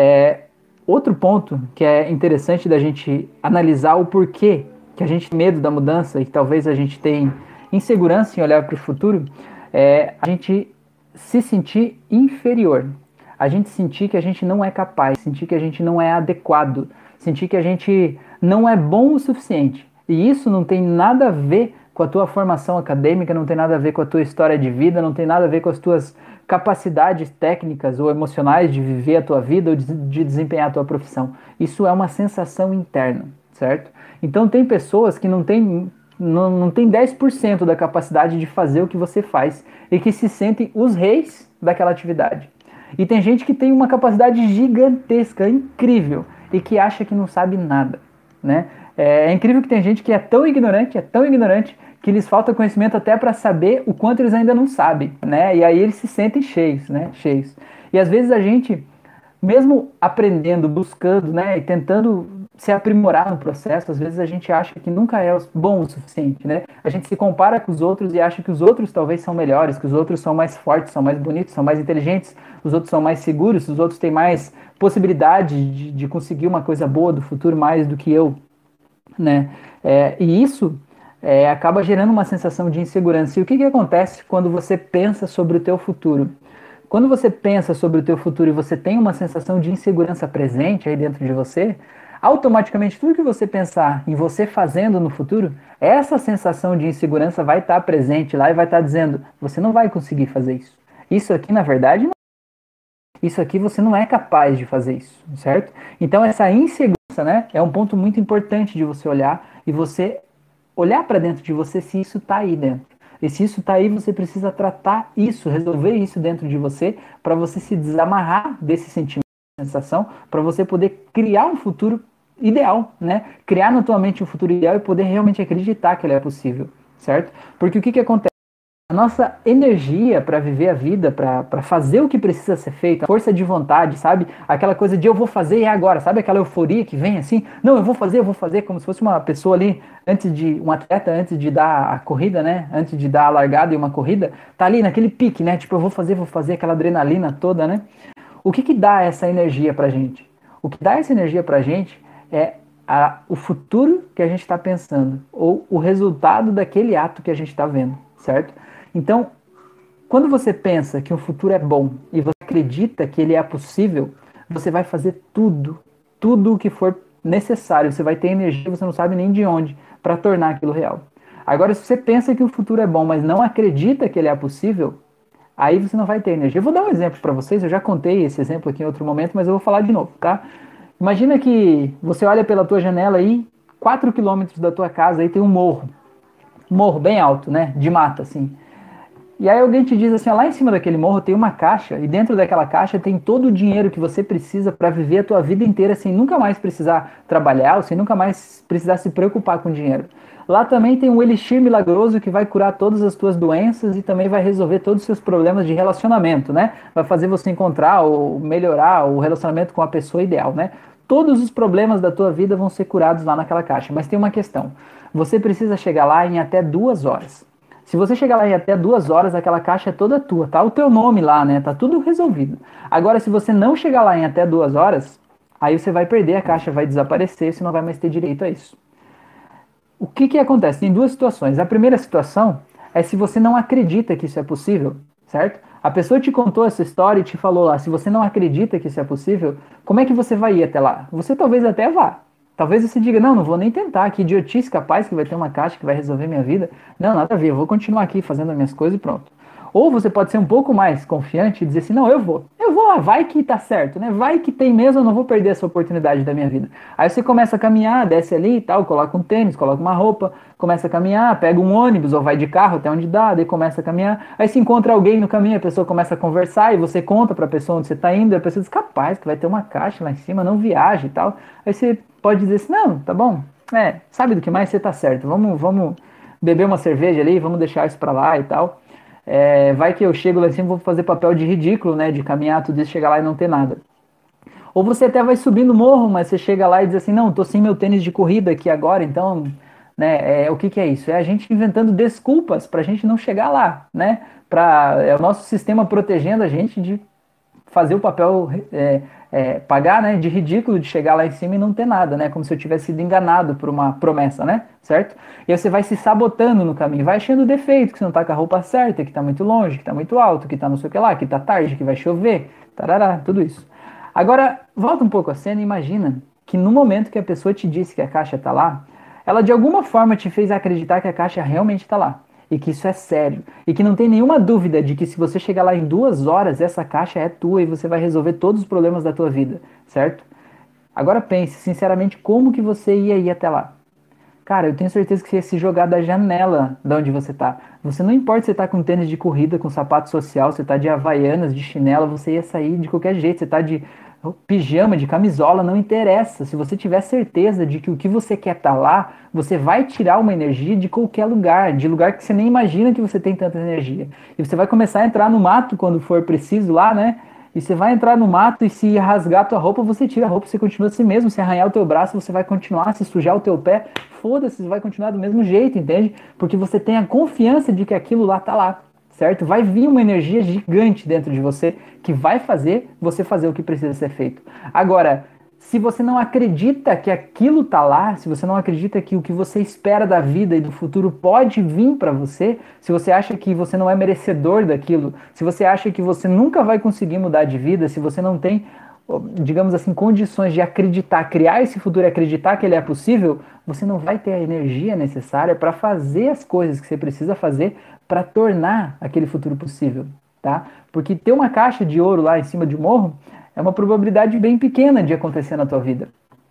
Outro ponto que é interessante da gente analisar o porquê que a gente tem medo da mudança e que talvez a gente tenha insegurança em olhar para o futuro, é a gente se sentir inferior, a gente sentir que a gente não é capaz, sentir que a gente não é adequado, sentir que a gente não é bom o suficiente. E isso não tem nada a ver com a tua formação acadêmica, não tem nada a ver com a tua história de vida, não tem nada a ver com as tuas capacidades técnicas ou emocionais de viver a tua vida ou de desempenhar a tua profissão. Isso é uma sensação interna, certo? Então tem pessoas que não têm não tem 10% da capacidade de fazer o que você faz e que se sentem os reis daquela atividade. E tem gente que tem uma capacidade gigantesca, incrível, e que acha que não sabe nada, né? É incrível que tem gente que é tão ignorante, que lhes falta conhecimento até para saber o quanto eles ainda não sabem, né? E aí eles se sentem cheios, né? Cheios. E às vezes a gente, mesmo aprendendo, buscando, né, e tentando se aprimorar no processo, às vezes a gente acha que nunca é bom o suficiente, né? A gente se compara com os outros e acha que os outros talvez são melhores, que os outros são mais fortes, são mais bonitos, são mais inteligentes, os outros são mais seguros, os outros têm mais possibilidade de conseguir uma coisa boa do futuro mais do que eu, né? E isso acaba gerando uma sensação de insegurança. E o que que acontece quando você pensa sobre o teu futuro? Quando você pensa sobre o teu futuro e você tem uma sensação de insegurança presente aí dentro de você, automaticamente tudo que você pensar em você fazendo no futuro, essa sensação de insegurança vai estar presente lá e vai estar dizendo, você não vai conseguir fazer isso. Isso aqui, na verdade, não. Isso aqui você não é capaz de fazer isso, certo? Então essa insegurança, né, é um ponto muito importante de você olhar e você olhar para dentro de você se isso está aí dentro. E se isso está aí, você precisa tratar isso, resolver isso dentro de você, para você se desamarrar desse sentimento, sensação, para você poder criar um futuro ideal, né? Criar na tua mente um futuro ideal e poder realmente acreditar que ele é possível, certo? Porque o que que acontece? A nossa energia para viver a vida, para fazer o que precisa ser feito, a força de vontade, sabe? Aquela coisa de eu vou fazer e é agora, sabe? Aquela euforia que vem assim, não, eu vou fazer, como se fosse uma pessoa ali, um atleta, antes de dar a corrida, né? Antes de dar a largada em uma corrida, tá ali naquele pique, né? Tipo, eu vou fazer, aquela adrenalina toda, né? O que que dá essa energia pra gente? O que dá essa energia pra gente é o futuro que a gente está pensando, ou o resultado daquele ato que a gente está vendo, certo? Então, quando você pensa que o futuro é bom e você acredita que ele é possível, você vai fazer tudo o que for necessário. Você vai ter energia, você não sabe nem de onde, para tornar aquilo real. Agora, se você pensa que o futuro é bom, mas não acredita que ele é possível, aí você não vai ter energia. Eu vou dar um exemplo para vocês, eu já contei esse exemplo aqui em outro momento, mas eu vou falar de novo, tá? Imagina que você olha pela tua janela aí, 4 quilômetros da tua casa aí tem um morro bem alto, né, de mata, assim. E aí alguém te diz assim, ó, lá em cima daquele morro tem uma caixa, e dentro daquela caixa tem todo o dinheiro que você precisa para viver a tua vida inteira sem nunca mais precisar trabalhar, ou sem nunca mais precisar se preocupar com dinheiro. Lá também tem um elixir milagroso que vai curar todas as tuas doenças e também vai resolver todos os seus problemas de relacionamento, né? Vai fazer você encontrar ou melhorar o relacionamento com a pessoa ideal, né? Todos os problemas da tua vida vão ser curados lá naquela caixa. Mas tem uma questão. Você precisa chegar lá em até 2 horas. Se você chegar lá em até 2 horas, aquela caixa é toda tua, tá o teu nome lá, né? Tá tudo resolvido. Agora, se você não chegar lá em até 2 horas, aí você vai perder a caixa, vai desaparecer, você não vai mais ter direito a isso. O que que acontece? Tem duas situações. A primeira situação é se você não acredita que isso é possível, certo? A pessoa te contou essa história e te falou lá, se você não acredita que isso é possível, como é que você vai ir até lá? Você talvez até vá. Talvez você diga, não vou nem tentar, que idiotice capaz que vai ter uma caixa que vai resolver minha vida. Não, nada a ver, eu vou continuar aqui fazendo as minhas coisas e pronto. Ou você pode ser um pouco mais confiante e dizer assim, não, eu vou lá, vai que tá certo, né? Vai que tem mesmo, eu não vou perder essa oportunidade da minha vida. Aí você começa a caminhar, desce ali e tal, coloca um tênis, coloca uma roupa, começa a caminhar, pega um ônibus ou vai de carro até onde dá, daí começa a caminhar. Aí se encontra alguém no caminho, a pessoa começa a conversar e você conta pra pessoa onde você tá indo, e a pessoa diz, capaz que vai ter uma caixa lá em cima, não viaje e tal. Aí você pode dizer assim, não, tá bom, sabe do que mais, você tá certo, vamos beber uma cerveja ali, vamos deixar isso pra lá e tal. Vai que eu chego lá em cima e vou fazer papel de ridículo, né, de caminhar tudo isso, chegar lá e não ter nada. Ou você até vai subir no morro, mas você chega lá e diz assim, não, tô sem meu tênis de corrida aqui agora, então, né, o que que é isso? É a gente inventando desculpas pra gente não chegar lá, né, é o nosso sistema protegendo a gente de fazer o papel, pagar, né, de ridículo de chegar lá em cima e não ter nada, né, como se eu tivesse sido enganado por uma promessa, né, certo? E aí você vai se sabotando no caminho, vai achando defeito, que você não tá com a roupa certa, que tá muito longe, que tá muito alto, que tá não sei o que lá, que tá tarde, que vai chover, tarará, tudo isso. Agora, volta um pouco a cena e imagina que no momento que a pessoa te disse que a caixa tá lá, ela de alguma forma te fez acreditar que a caixa realmente tá lá. E que isso é sério. E que não tem nenhuma dúvida de que se você chegar lá em 2 horas, essa caixa é tua e você vai resolver todos os problemas da tua vida, certo? Agora pense, sinceramente, como que você ia ir até lá? cara, eu tenho certeza que você ia se jogar da janela de onde você tá. Você não importa se você tá com tênis de corrida, com sapato social, você tá de havaianas, de chinela, você ia sair de qualquer jeito, você tá de pijama, de camisola, não interessa. Se você tiver certeza de que o que você quer tá lá, você vai tirar uma energia de qualquer lugar, de lugar que você nem imagina que você tem tanta energia. E você vai começar a entrar no mato quando for preciso lá, né? E você vai entrar no mato e se rasgar a tua roupa, você tira a roupa, você continua assim mesmo. Se arranhar o teu braço, você vai continuar. Se sujar o teu pé, foda-se, você vai continuar do mesmo jeito, entende? Porque você tem a confiança de que aquilo lá tá lá, certo? Vai vir uma energia gigante dentro de você que vai fazer você fazer o que precisa ser feito. Agora, se você não acredita que aquilo tá lá, se você não acredita que o que você espera da vida e do futuro pode vir para você, se você acha que você não é merecedor daquilo, se você acha que você nunca vai conseguir mudar de vida, se você não tem, digamos assim, condições de acreditar, criar esse futuro e acreditar que ele é possível, você não vai ter a energia necessária para fazer as coisas que você precisa fazer para tornar aquele futuro possível, tá? Porque ter uma caixa de ouro lá em cima de um morro é uma probabilidade bem pequena de acontecer na tua vida.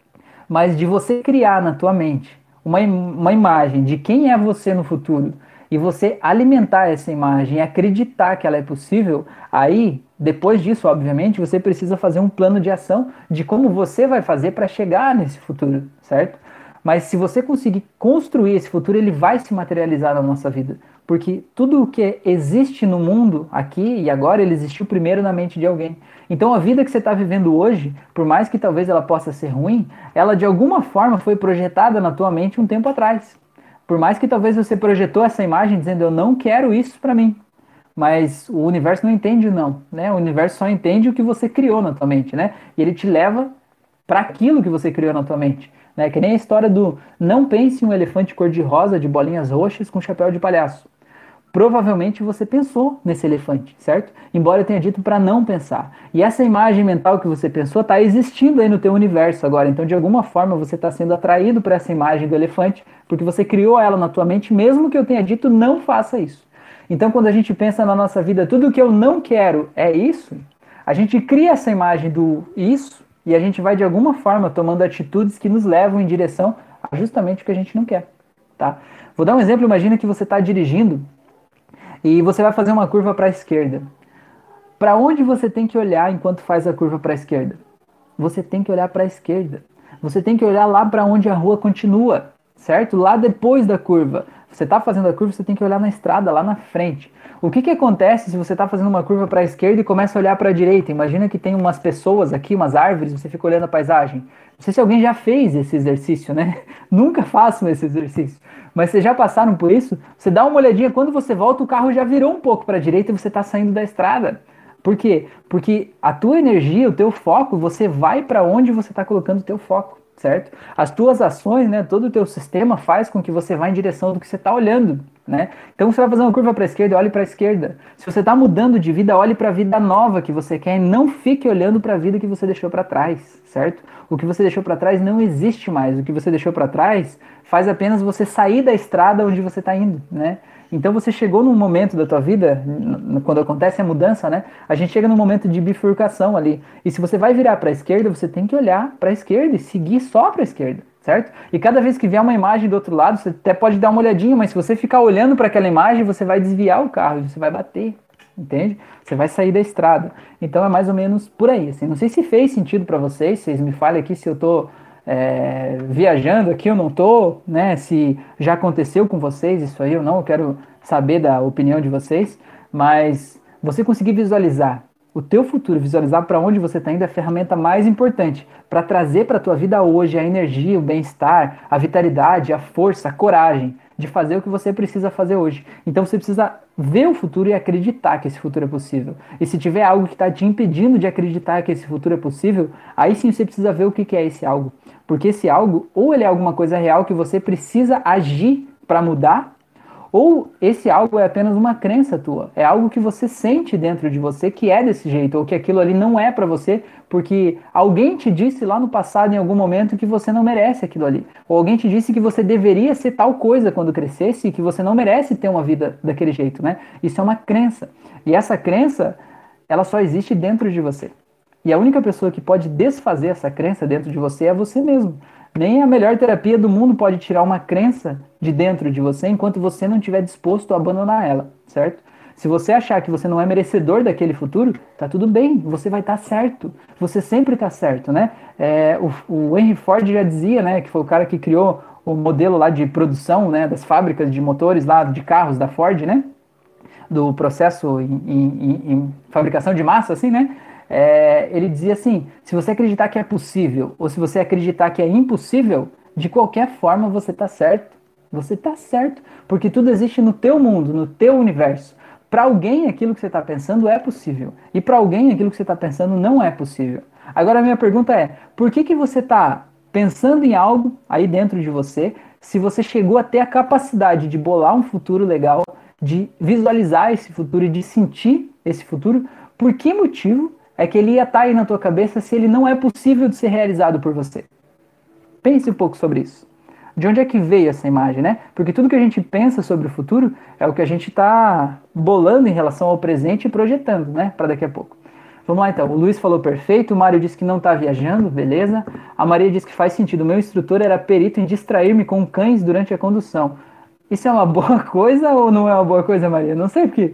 Mas de você criar na tua mente uma imagem de quem é você no futuro e você alimentar essa imagem e acreditar que ela é possível, aí, depois disso, obviamente, você precisa fazer um plano de ação de como você vai fazer para chegar nesse futuro, certo? Mas se você conseguir construir esse futuro, ele vai se materializar na nossa vida. Porque tudo o que existe no mundo, aqui e agora, ele existiu primeiro na mente de alguém. Então a vida que você está vivendo hoje, por mais que talvez ela possa ser ruim, ela de alguma forma foi projetada na tua mente um tempo atrás. Por mais que talvez você projetou essa imagem dizendo eu não quero isso para mim. Mas o universo não entende o não, né? O universo só entende o que você criou na tua mente, né? E ele te leva para aquilo que você criou na tua mente. Né? Que nem a história do não pense em um elefante cor-de-rosa de bolinhas roxas com chapéu de palhaço. Provavelmente você pensou nesse elefante, certo? Embora eu tenha dito para não pensar. E essa imagem mental que você pensou está existindo aí no teu universo agora. Então, de alguma forma, você está sendo atraído para essa imagem do elefante, porque você criou ela na tua mente, mesmo que eu tenha dito não faça isso. Então, quando a gente pensa na nossa vida, tudo que eu não quero é isso, a gente cria essa imagem do isso e a gente vai, de alguma forma, tomando atitudes que nos levam em direção a justamente o que a gente não quer, tá? Vou dar um exemplo. Imagina que você está dirigindo e você vai fazer uma curva para a esquerda. Para onde você tem que olhar enquanto faz a curva para a esquerda? Você tem que olhar para a esquerda. Você tem que olhar lá para onde a rua continua, certo? Lá depois da curva. Você está fazendo a curva, você tem que olhar na estrada, lá na frente. O que acontece se você está fazendo uma curva para a esquerda e começa a olhar para a direita? Imagina que tem umas pessoas aqui, umas árvores, você fica olhando a paisagem. Não sei se alguém já fez esse exercício, né? Nunca façam esse exercício. Mas vocês já passaram por isso? Você dá uma olhadinha, quando você volta, o carro já virou um pouco para a direita e você está saindo da estrada. Por quê? Porque a tua energia, o teu foco, você vai para onde você está colocando o teu foco, certo? As tuas ações, né, todo o teu sistema faz com que você vá em direção do que você está olhando, né? Então você vai fazer uma curva para a esquerda, olhe para a esquerda. Se você está mudando de vida, olhe para a vida nova que você quer e não fique olhando para a vida que você deixou para trás, certo? O que você deixou para trás não existe mais. O que você deixou para trás faz apenas você sair da estrada onde você está indo, né? Então você chegou num momento da tua vida, quando acontece a mudança, né? A gente chega num momento de bifurcação ali. E se você vai virar para a esquerda, você tem que olhar para a esquerda e seguir só para a esquerda, certo? E cada vez que vier uma imagem do outro lado, você até pode dar uma olhadinha, mas se você ficar olhando para aquela imagem, você vai desviar o carro, você vai bater, entende? Você vai sair da estrada. Então é mais ou menos por aí, assim. Não sei se fez sentido para vocês me falem aqui se eu tô viajando aqui, eu não tô, né? Se já aconteceu com vocês isso aí ou não, eu quero saber da opinião de vocês, mas você conseguir visualizar o teu futuro, visualizar para onde você está indo é a ferramenta mais importante para trazer para a tua vida hoje a energia, o bem-estar, a vitalidade, a força, a coragem de fazer o que você precisa fazer hoje. Então você precisa ver o futuro e acreditar que esse futuro é possível. E se tiver algo que está te impedindo de acreditar que esse futuro é possível, aí sim você precisa ver o que é esse algo. Porque esse algo, ou ele é alguma coisa real que você precisa agir para mudar, ou esse algo é apenas uma crença tua. É algo que você sente dentro de você que é desse jeito, ou que aquilo ali não é para você, porque alguém te disse lá no passado, em algum momento, que você não merece aquilo ali. Ou alguém te disse que você deveria ser tal coisa quando crescesse e que você não merece ter uma vida daquele jeito, né? Isso é uma crença. E essa crença, ela só existe dentro de você. E a única pessoa que pode desfazer essa crença dentro de você é você mesmo. Nem a melhor terapia do mundo pode tirar uma crença de dentro de você enquanto você não estiver disposto a abandonar ela, certo? Se você achar que você não é merecedor daquele futuro, tá tudo bem, você vai estar certo. Você sempre está certo, né? O Henry Ford já dizia, né, que foi o cara que criou o modelo lá de produção, né, das fábricas de motores lá de carros da Ford, né? Do processo em fabricação de massa, assim, né? Ele dizia assim: se você acreditar que é possível ou se você acreditar que é impossível, de qualquer forma você está certo. Você está certo, porque tudo existe no teu mundo, no teu universo. Para alguém aquilo que você está pensando é possível e para alguém aquilo que você está pensando não é possível. Agora a minha pergunta é: por que você está pensando em algo aí dentro de você, se você chegou a ter a capacidade de bolar um futuro legal, de visualizar esse futuro e de sentir esse futuro, por que motivo é que ele ia estar aí na tua cabeça se ele não é possível de ser realizado por você? Pense um pouco sobre isso. De onde é que veio essa imagem, né? Porque tudo que a gente pensa sobre o futuro é o que a gente está bolando em relação ao presente e projetando, né? Para daqui a pouco. Vamos lá então. O Luiz falou perfeito, o Mário disse que não está viajando, beleza. A Maria disse que faz sentido. O meu instrutor era perito em distrair-me com cães durante a condução. Isso é uma boa coisa ou não é uma boa coisa, Maria? Não sei, porque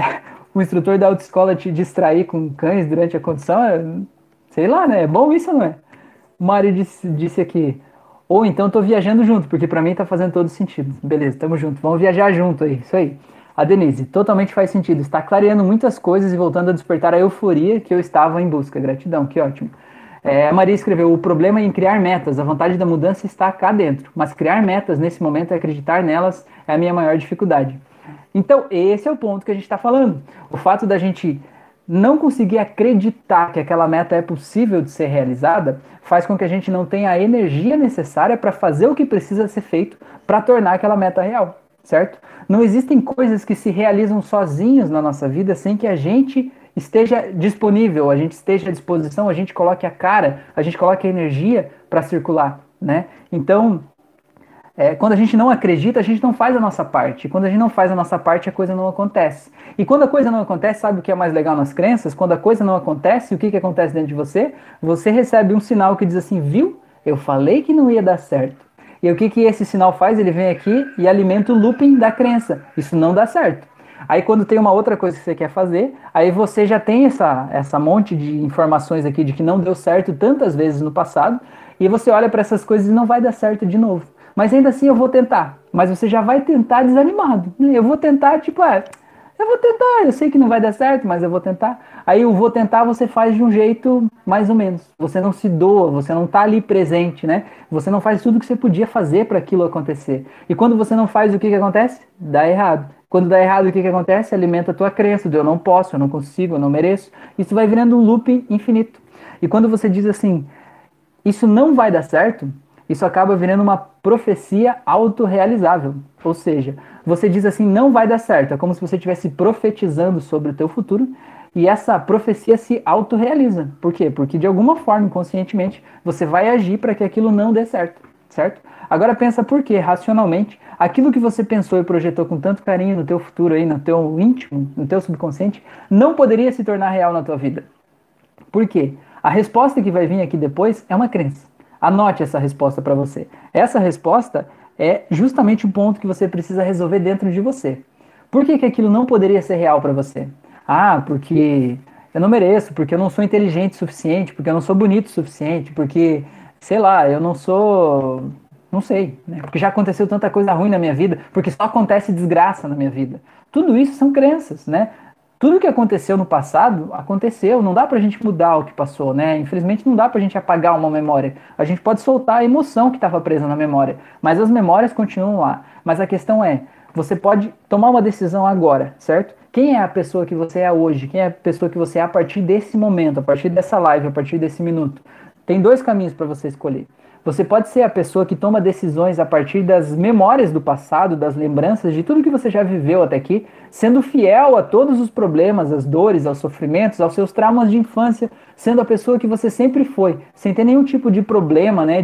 o instrutor da autoescola te distrair com cães durante a condução, sei lá, né? É bom isso ou não é? O Mário disse aqui, ou então tô viajando junto, porque para mim tá fazendo todo sentido. Beleza, tamo junto, vamos viajar junto aí, isso aí. A Denise, totalmente faz sentido, está clareando muitas coisas e voltando a despertar a euforia que eu estava em busca. Gratidão, que ótimo. A Maria escreveu, o problema é em criar metas, a vontade da mudança está cá dentro, mas criar metas nesse momento e acreditar nelas é a minha maior dificuldade. Então, esse é o ponto que a gente está falando. O fato da gente não conseguir acreditar que aquela meta é possível de ser realizada faz com que a gente não tenha a energia necessária para fazer o que precisa ser feito para tornar aquela meta real, certo? Não existem coisas que se realizam sozinhos na nossa vida sem que a gente esteja disponível, a gente esteja à disposição, a gente coloque a cara, a gente coloque a energia para circular, né? Então, quando a gente não acredita, a gente não faz a nossa parte. E quando a gente não faz a nossa parte, a coisa não acontece. E quando a coisa não acontece, sabe o que é mais legal nas crenças? Quando a coisa não acontece, o que acontece dentro de você? Você recebe um sinal que diz assim, viu? Eu falei que não ia dar certo. E o que esse sinal faz? Ele vem aqui e alimenta o looping da crença. Isso não dá certo. Aí quando tem uma outra coisa que você quer fazer, aí você já tem essa monte de informações aqui de que não deu certo tantas vezes no passado, e você olha para essas coisas e não vai dar certo de novo. Mas ainda assim eu vou tentar. Mas você já vai tentar desanimado. Eu vou tentar, tipo, eu vou tentar, eu sei que não vai dar certo, mas eu vou tentar. Aí o vou tentar você faz de um jeito mais ou menos. Você não se doa, você não tá ali presente, né? Você não faz tudo que você podia fazer para aquilo acontecer. E quando você não faz, o que acontece? Dá errado. Quando dá errado, o que acontece? Alimenta a tua crença de eu não posso, eu não consigo, eu não mereço. Isso vai virando um loop infinito. E quando você diz assim, isso não vai dar certo, isso acaba virando uma profecia autorrealizável. Ou seja, você diz assim, não vai dar certo. É como se você estivesse profetizando sobre o teu futuro e essa profecia se autorrealiza. Por quê? Porque de alguma forma, inconscientemente, você vai agir para que aquilo não dê certo, certo? Agora pensa por quê, racionalmente, aquilo que você pensou e projetou com tanto carinho no teu futuro aí, no teu íntimo, no teu subconsciente, não poderia se tornar real na tua vida. Por quê? A resposta que vai vir aqui depois é uma crença. Anote essa resposta para você. Essa resposta é justamente o ponto que você precisa resolver dentro de você. Por que aquilo não poderia ser real para você? Ah, porque eu não mereço, porque eu não sou inteligente o suficiente, porque eu não sou bonito o suficiente, porque, sei lá, eu não sou... Não sei, né? Porque já aconteceu tanta coisa ruim na minha vida, porque só acontece desgraça na minha vida. Tudo isso são crenças, né? Tudo que aconteceu no passado, aconteceu. Não dá pra gente mudar o que passou, né? Infelizmente não dá pra gente apagar uma memória. A gente pode soltar a emoção que estava presa na memória, mas as memórias continuam lá. Mas a questão é, você pode tomar uma decisão agora, certo? Quem é a pessoa que você é hoje? Quem é a pessoa que você é a partir desse momento, a partir dessa live, a partir desse minuto? Tem dois caminhos para você escolher. Você pode ser a pessoa que toma decisões a partir das memórias do passado, das lembranças, de tudo que você já viveu até aqui, sendo fiel a todos os problemas, as dores, aos sofrimentos, aos seus traumas de infância, sendo a pessoa que você sempre foi, sem ter nenhum tipo de problema, né,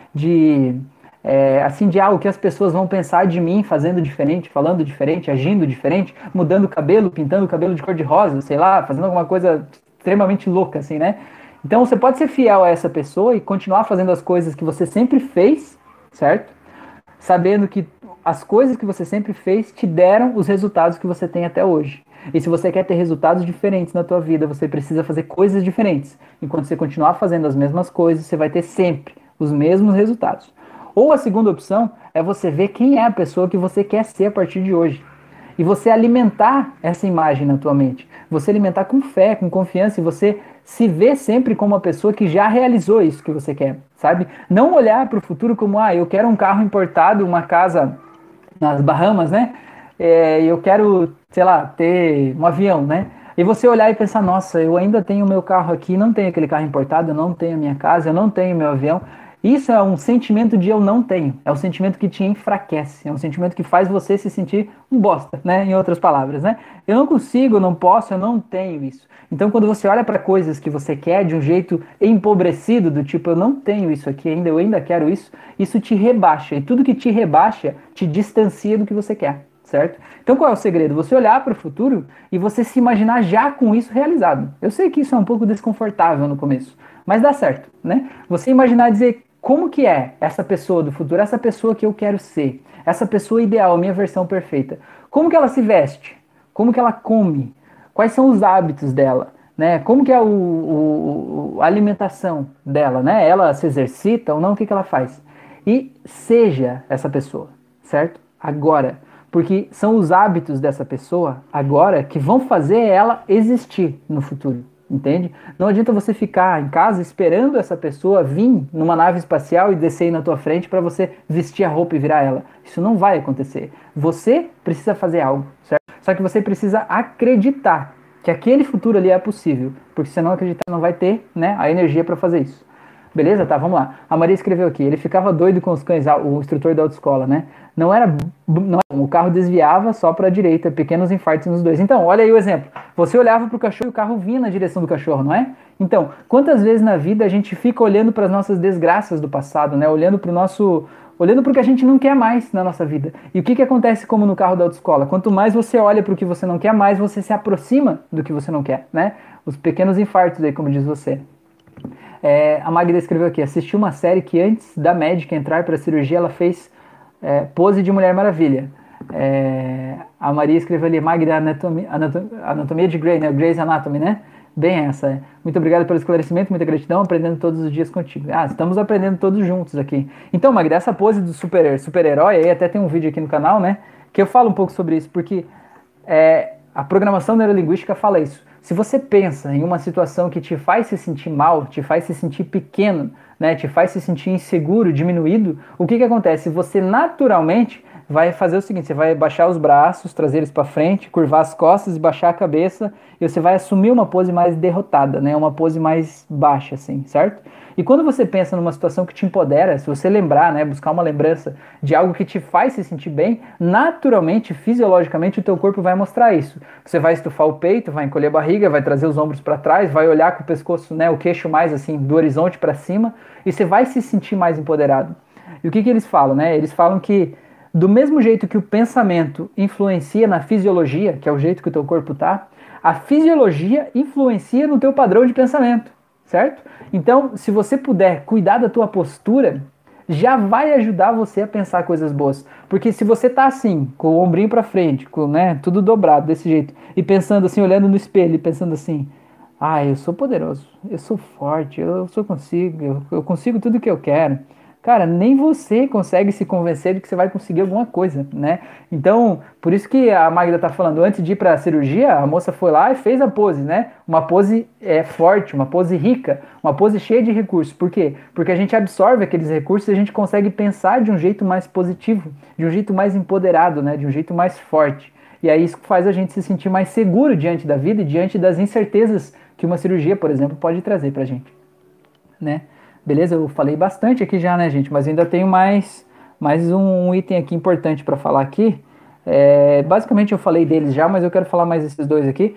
o que as pessoas vão pensar de mim fazendo diferente, falando diferente, agindo diferente, mudando o cabelo, pintando o cabelo de cor de rosa, sei lá, fazendo alguma coisa extremamente louca, assim, né? Então você pode ser fiel a essa pessoa e continuar fazendo as coisas que você sempre fez, certo? Sabendo que as coisas que você sempre fez te deram os resultados que você tem até hoje. E se você quer ter resultados diferentes na tua vida, você precisa fazer coisas diferentes. Enquanto você continuar fazendo as mesmas coisas, você vai ter sempre os mesmos resultados. Ou a segunda opção é você ver quem é a pessoa que você quer ser a partir de hoje. E você alimentar essa imagem na tua mente. Você alimentar com fé, com confiança, e você se ver sempre como uma pessoa que já realizou isso que você quer, sabe? Não olhar para o futuro como, eu quero um carro importado, uma casa nas Bahamas, né? Eu quero, sei lá, ter um avião, né? E você olhar e pensar, nossa, eu ainda tenho o meu carro aqui, não tenho aquele carro importado, eu não tenho a minha casa, eu não tenho meu avião. Isso é um sentimento de eu não tenho. É um sentimento que te enfraquece. É um sentimento que faz você se sentir um bosta, né? Em outras palavras, né? Eu não consigo, eu não posso, eu não tenho isso. Então, quando você olha para coisas que você quer de um jeito empobrecido, do tipo, eu não tenho isso aqui ainda, eu ainda quero isso te rebaixa. E tudo que te rebaixa te distancia do que você quer, certo? Então, qual é o segredo? Você olhar para o futuro e você se imaginar já com isso realizado. Eu sei que isso é um pouco desconfortável no começo, mas dá certo, né? Você imaginar e dizer como que é essa pessoa do futuro, essa pessoa que eu quero ser, essa pessoa ideal, a minha versão perfeita. Como que ela se veste? Como que ela come? Quais são os hábitos dela? Né? Como que é a alimentação dela? Né? Ela se exercita ou não? O que que ela faz? E seja essa pessoa, certo? Agora. Porque são os hábitos dessa pessoa agora que vão fazer ela existir no futuro. Entende? Não adianta você ficar em casa esperando essa pessoa vir numa nave espacial e descer aí na tua frente para você vestir a roupa e virar ela. Isso não vai acontecer. Você precisa fazer algo, certo? Só que você precisa acreditar que aquele futuro ali é possível, porque se você não acreditar, não vai ter, né, a energia para fazer isso. Beleza? Tá, vamos lá. A Maria escreveu aqui. Ele ficava doido com os cães, o instrutor da autoescola, né? Não, o carro desviava só para a direita, pequenos infartos nos dois. Então, olha aí o exemplo. Você olhava para o cachorro e o carro vinha na direção do cachorro, não é? Então, quantas vezes na vida a gente fica olhando para as nossas desgraças do passado, né? Olhando para o que a gente não quer mais na nossa vida. E o que acontece como no carro da autoescola? Quanto mais você olha para o que você não quer, mais você se aproxima do que você não quer, né? Os pequenos infartos aí, como diz você. A Magda escreveu aqui, assistiu uma série que antes da médica entrar para a cirurgia, ela fez pose de Mulher Maravilha. A Maria escreveu ali, Magda, anatomia de Grey, né? Grey's Anatomy, né? Bem essa. Muito obrigado pelo esclarecimento, muita gratidão, aprendendo todos os dias contigo. Estamos aprendendo todos juntos aqui. Então, Magda, essa pose do super-herói, aí até tem um vídeo aqui no canal, né? Que eu falo um pouco sobre isso, porque a programação neurolinguística fala isso. Se você pensa em uma situação que te faz se sentir mal, te faz se sentir pequeno, né, te faz se sentir inseguro, diminuído, o que acontece? Você naturalmente vai fazer o seguinte, você vai baixar os braços, trazer eles para frente, curvar as costas e baixar a cabeça, e você vai assumir uma pose mais derrotada, né, uma pose mais baixa, assim, certo? E quando você pensa numa situação que te empodera, se você lembrar, né, buscar uma lembrança de algo que te faz se sentir bem, naturalmente, fisiologicamente, o teu corpo vai mostrar isso. Você vai estufar o peito, vai encolher a barriga, vai trazer os ombros para trás, vai olhar com o pescoço, né, o queixo mais assim, do horizonte para cima, e você vai se sentir mais empoderado. E o que eles falam, né? Eles falam que do mesmo jeito que o pensamento influencia na fisiologia, que é o jeito que o teu corpo tá, a fisiologia influencia no teu padrão de pensamento, certo? Então, se você puder cuidar da tua postura, já vai ajudar você a pensar coisas boas. Porque se você tá assim, com o ombrinho para frente, com, né, tudo dobrado desse jeito, e pensando assim, olhando no espelho e pensando assim, eu sou poderoso, eu sou forte, eu consigo tudo que eu quero. Cara, nem você consegue se convencer de que você vai conseguir alguma coisa, né? Então, por isso que a Magda tá falando, antes de ir para a cirurgia, a moça foi lá e fez a pose, né? Uma pose forte, uma pose rica, uma pose cheia de recursos. Por quê? Porque a gente absorve aqueles recursos e a gente consegue pensar de um jeito mais positivo, de um jeito mais empoderado, né? De um jeito mais forte. E aí isso faz a gente se sentir mais seguro diante da vida e diante das incertezas que uma cirurgia, por exemplo, pode trazer pra gente, né? Beleza? Eu falei bastante aqui já, né, gente? Mas ainda tenho mais um item aqui importante para falar aqui. Basicamente eu falei deles já, mas eu quero falar mais esses dois aqui.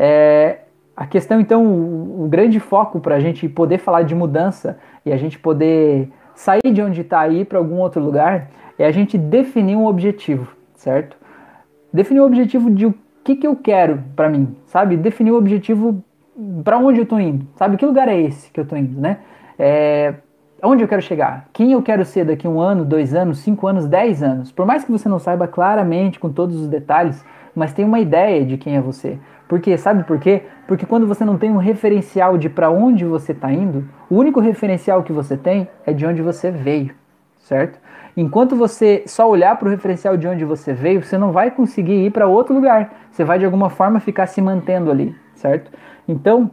A questão, então, o grande foco para a gente poder falar de mudança e a gente poder sair de onde está aí para algum outro lugar é a gente definir um objetivo, certo? Definir o objetivo de o que eu quero para mim, sabe? Definir o objetivo para onde eu tô indo? Sabe, que lugar é esse que eu tô indo, né? É, Onde eu quero chegar? Quem eu quero ser daqui 1 ano, 2 anos, 5 anos, 10 anos? Por mais que você não saiba claramente, com todos os detalhes, mas tem uma ideia de quem é você. Por quê? Sabe por quê? Porque quando você não tem um referencial de para onde você está indo, o único referencial que você tem é de onde você veio, certo? Enquanto você só olhar para o referencial de onde você veio, você não vai conseguir ir para outro lugar. Você vai de alguma forma ficar se mantendo ali, certo? Então,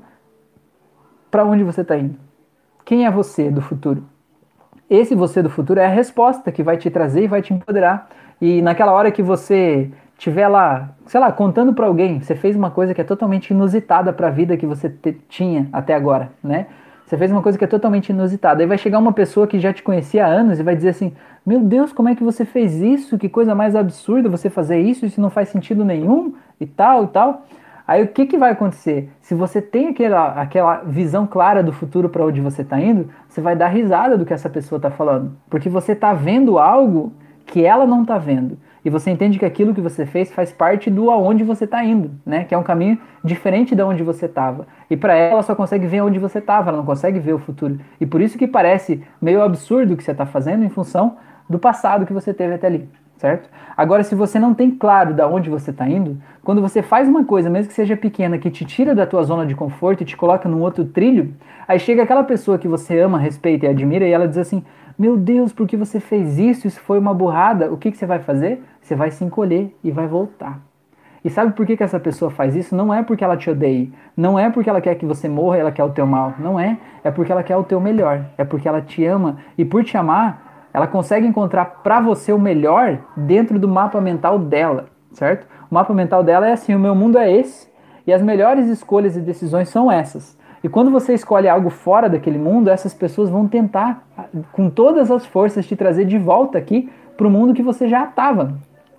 para onde você está indo? Quem é você do futuro? Esse você do futuro é a resposta que vai te trazer e vai te empoderar. E naquela hora que você estiver lá, sei lá, contando para alguém, você fez uma coisa que é totalmente inusitada para a vida que você tinha até agora, né? Você fez uma coisa que é totalmente inusitada. Aí vai chegar uma pessoa que já te conhecia há anos e vai dizer assim: Meu Deus, como é que você fez isso? Que coisa mais absurda você fazer isso, isso não faz sentido nenhum e tal e tal. Aí o que, que vai acontecer? Se você tem aquela visão clara do futuro para onde você está indo, você vai dar risada do que essa pessoa está falando. Porque você está vendo algo que ela não está vendo. E você entende que aquilo que você fez faz parte do aonde você está indo, né? Que é um caminho diferente de onde você estava. E para ela só consegue ver onde você estava, ela não consegue ver o futuro. E por isso que parece meio absurdo o que você está fazendo em função do passado que você teve até ali, certo? Agora, se você não tem claro de onde você está indo, quando você faz uma coisa, mesmo que seja pequena, que te tira da tua zona de conforto e te coloca num outro trilho, aí chega aquela pessoa que você ama, respeita e admira e ela diz assim: Meu Deus, por que você fez isso? Isso foi uma burrada. O que, que você vai fazer? Você vai se encolher e vai voltar. E sabe por que, que essa pessoa faz isso? Não é porque ela te odeia, não é porque ela quer que você morra e ela quer o teu mal, não é. É porque ela quer o teu melhor, é porque ela te ama e por te amar, ela consegue encontrar para você o melhor dentro do mapa mental dela, certo? O mapa mental dela é assim: o meu mundo é esse e as melhores escolhas e decisões são essas. E quando você escolhe algo fora daquele mundo, essas pessoas vão tentar, com todas as forças, te trazer de volta aqui para o mundo que você já estava.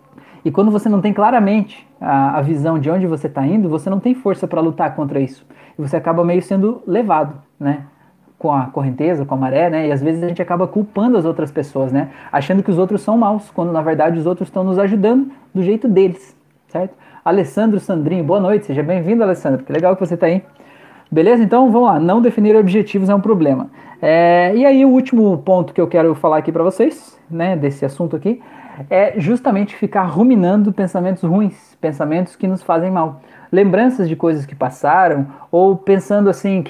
E quando você não tem claramente a visão de onde você está indo, você não tem força para lutar contra isso. E você acaba meio sendo levado, né? Com a correnteza, com a maré, né? E às vezes a gente acaba culpando as outras pessoas, né? Achando que os outros são maus, quando na verdade os outros estão nos ajudando do jeito deles, certo? Alessandro Sandrinho, boa noite, seja bem-vindo, Alessandro, que legal que você está aí. Beleza? Então vamos lá, não definir objetivos é um problema. E aí o último ponto que eu quero falar aqui para vocês, né, desse assunto aqui, é justamente ficar ruminando pensamentos ruins, pensamentos que nos fazem mal. Lembranças de coisas que passaram, ou pensando assim,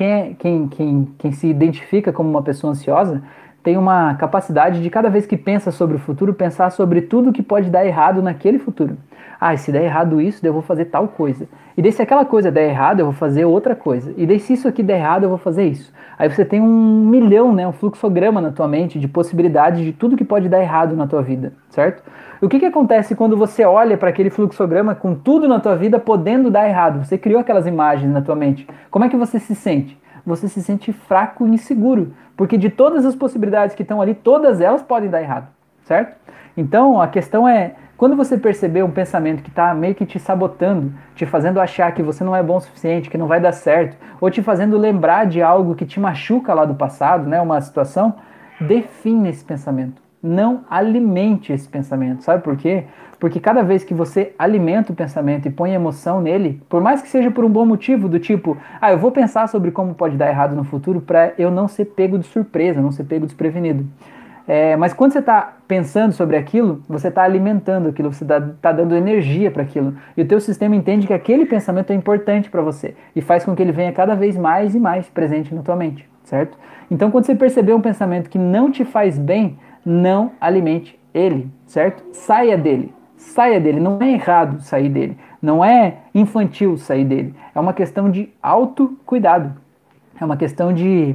quem se identifica como uma pessoa ansiosa, tem uma capacidade de cada vez que pensa sobre o futuro, pensar sobre tudo que pode dar errado naquele futuro. Ah, se der errado isso, eu vou fazer tal coisa. E daí se aquela coisa der errado, eu vou fazer outra coisa. E daí se isso aqui der errado, eu vou fazer isso. Aí você tem 1 milhão, né, um fluxograma na tua mente de possibilidades de tudo que pode dar errado na tua vida, certo? E o que acontece quando você olha para aquele fluxograma com tudo na tua vida podendo dar errado? Você criou aquelas imagens na tua mente. Como é que você se sente? Você se sente fraco e inseguro, porque de todas as possibilidades que estão ali, todas elas podem dar errado, certo? Então a questão é, quando você perceber um pensamento que está meio que te sabotando, te fazendo achar que você não é bom o suficiente, que não vai dar certo, ou te fazendo lembrar de algo que te machuca lá do passado, né, uma situação, define esse pensamento. Não alimente esse pensamento. Sabe por quê? Porque cada vez que você alimenta o pensamento e põe emoção nele, por mais que seja por um bom motivo, do tipo, eu vou pensar sobre como pode dar errado no futuro para eu não ser pego de surpresa, não ser pego desprevenido. Mas quando você está pensando sobre aquilo, você está alimentando aquilo, você está dando energia para aquilo. E o teu sistema entende que aquele pensamento é importante para você e faz com que ele venha cada vez mais e mais presente na tua mente, certo? Então quando você perceber um pensamento que não te faz bem, não alimente ele, certo? Saia dele. Saia dele. Não é errado sair dele. Não é infantil sair dele. É uma questão de autocuidado. É uma questão de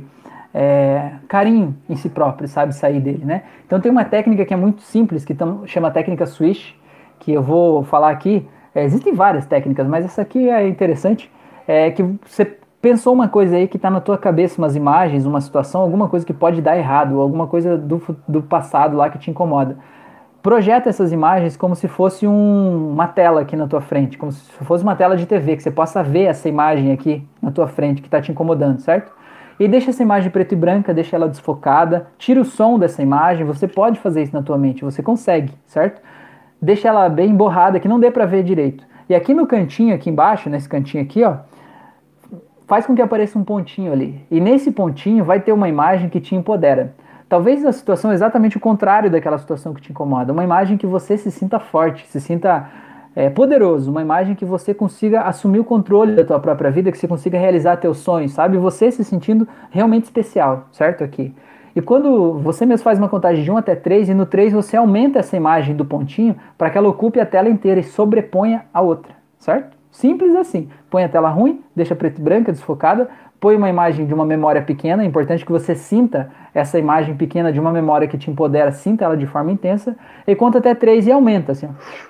carinho em si próprio, sabe? Sair dele, né? Então tem uma técnica que é muito simples, que chama técnica Swish, que eu vou falar aqui. Existem várias técnicas, mas essa aqui é interessante. Que você pensou uma coisa aí que está na tua cabeça, umas imagens, uma situação, alguma coisa que pode dar errado, alguma coisa do passado lá que te incomoda. Projeta essas imagens como se fosse uma tela aqui na tua frente, como se fosse uma tela de TV, que você possa ver essa imagem aqui na tua frente que está te incomodando, certo? E deixa essa imagem preta e branca, deixa ela desfocada, tira o som dessa imagem, você pode fazer isso na tua mente, você consegue, certo? Deixa ela bem borrada, que não dê para ver direito. E aqui no cantinho, aqui embaixo, nesse cantinho aqui, ó, faz com que apareça um pontinho ali. E nesse pontinho vai ter uma imagem que te empodera. Talvez a situação é exatamente o contrário daquela situação que te incomoda. Uma imagem que você se sinta forte, se sinta poderoso. Uma imagem que você consiga assumir o controle da tua própria vida, que você consiga realizar teus sonhos, sabe? Você se sentindo realmente especial, certo? Aqui. E quando você mesmo faz uma contagem de 1 até 3, e no 3 você aumenta essa imagem do pontinho para que ela ocupe a tela inteira e sobreponha a outra, certo? Simples assim. Põe a tela ruim, deixa preto e branca, desfocada, põe uma imagem de uma memória pequena, é importante que você sinta essa imagem pequena de uma memória que te empodera, sinta ela de forma intensa, e conta até 3 e aumenta, assim,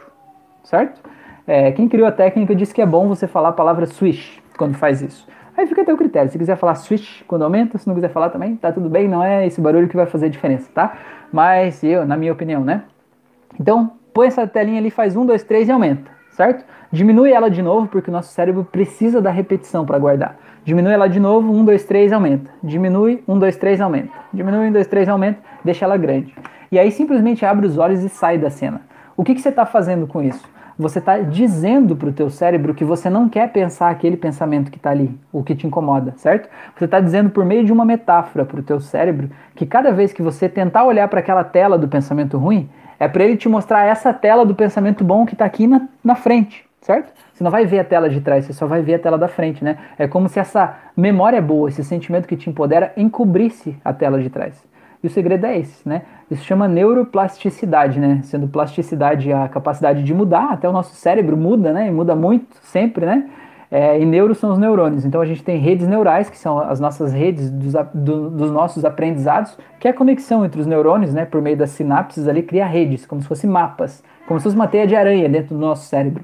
certo? Quem criou a técnica disse que é bom você falar a palavra swish quando faz isso. Aí fica a teu critério, se quiser falar swish quando aumenta, se não quiser falar também, tá tudo bem, não é esse barulho que vai fazer a diferença, tá? Mas na minha opinião, né? Então, põe essa telinha ali, faz 1, 2, 3 e aumenta, certo? Diminui ela de novo, porque o nosso cérebro precisa da repetição para guardar. Diminui ela de novo, 1, 2, 3, aumenta. Diminui, 1, 2, 3, aumenta. Diminui, 1, 2, 3, aumenta, deixa ela grande. E aí simplesmente abre os olhos e sai da cena. O que você está fazendo com isso? Você está dizendo para o teu cérebro que você não quer pensar aquele pensamento que está ali, o que te incomoda, certo? Você está dizendo por meio de uma metáfora para o teu cérebro que cada vez que você tentar olhar para aquela tela do pensamento ruim, é para ele te mostrar essa tela do pensamento bom que está aqui na frente, certo? Você não vai ver a tela de trás, você só vai ver a tela da frente, né? É como se essa memória boa, esse sentimento que te empodera, encobrisse a tela de trás. E o segredo é esse, né? Isso chama neuroplasticidade, né? Sendo plasticidade a capacidade de mudar, até o nosso cérebro muda, né? E muda muito, sempre, né? E neuros são os neurônios. Então a gente tem redes neurais, que são as nossas redes dos nossos aprendizados, que é a conexão entre os neurônios, né? Por meio das sinapses ali, cria redes, como se fossem mapas, como se fosse uma teia de aranha dentro do nosso cérebro.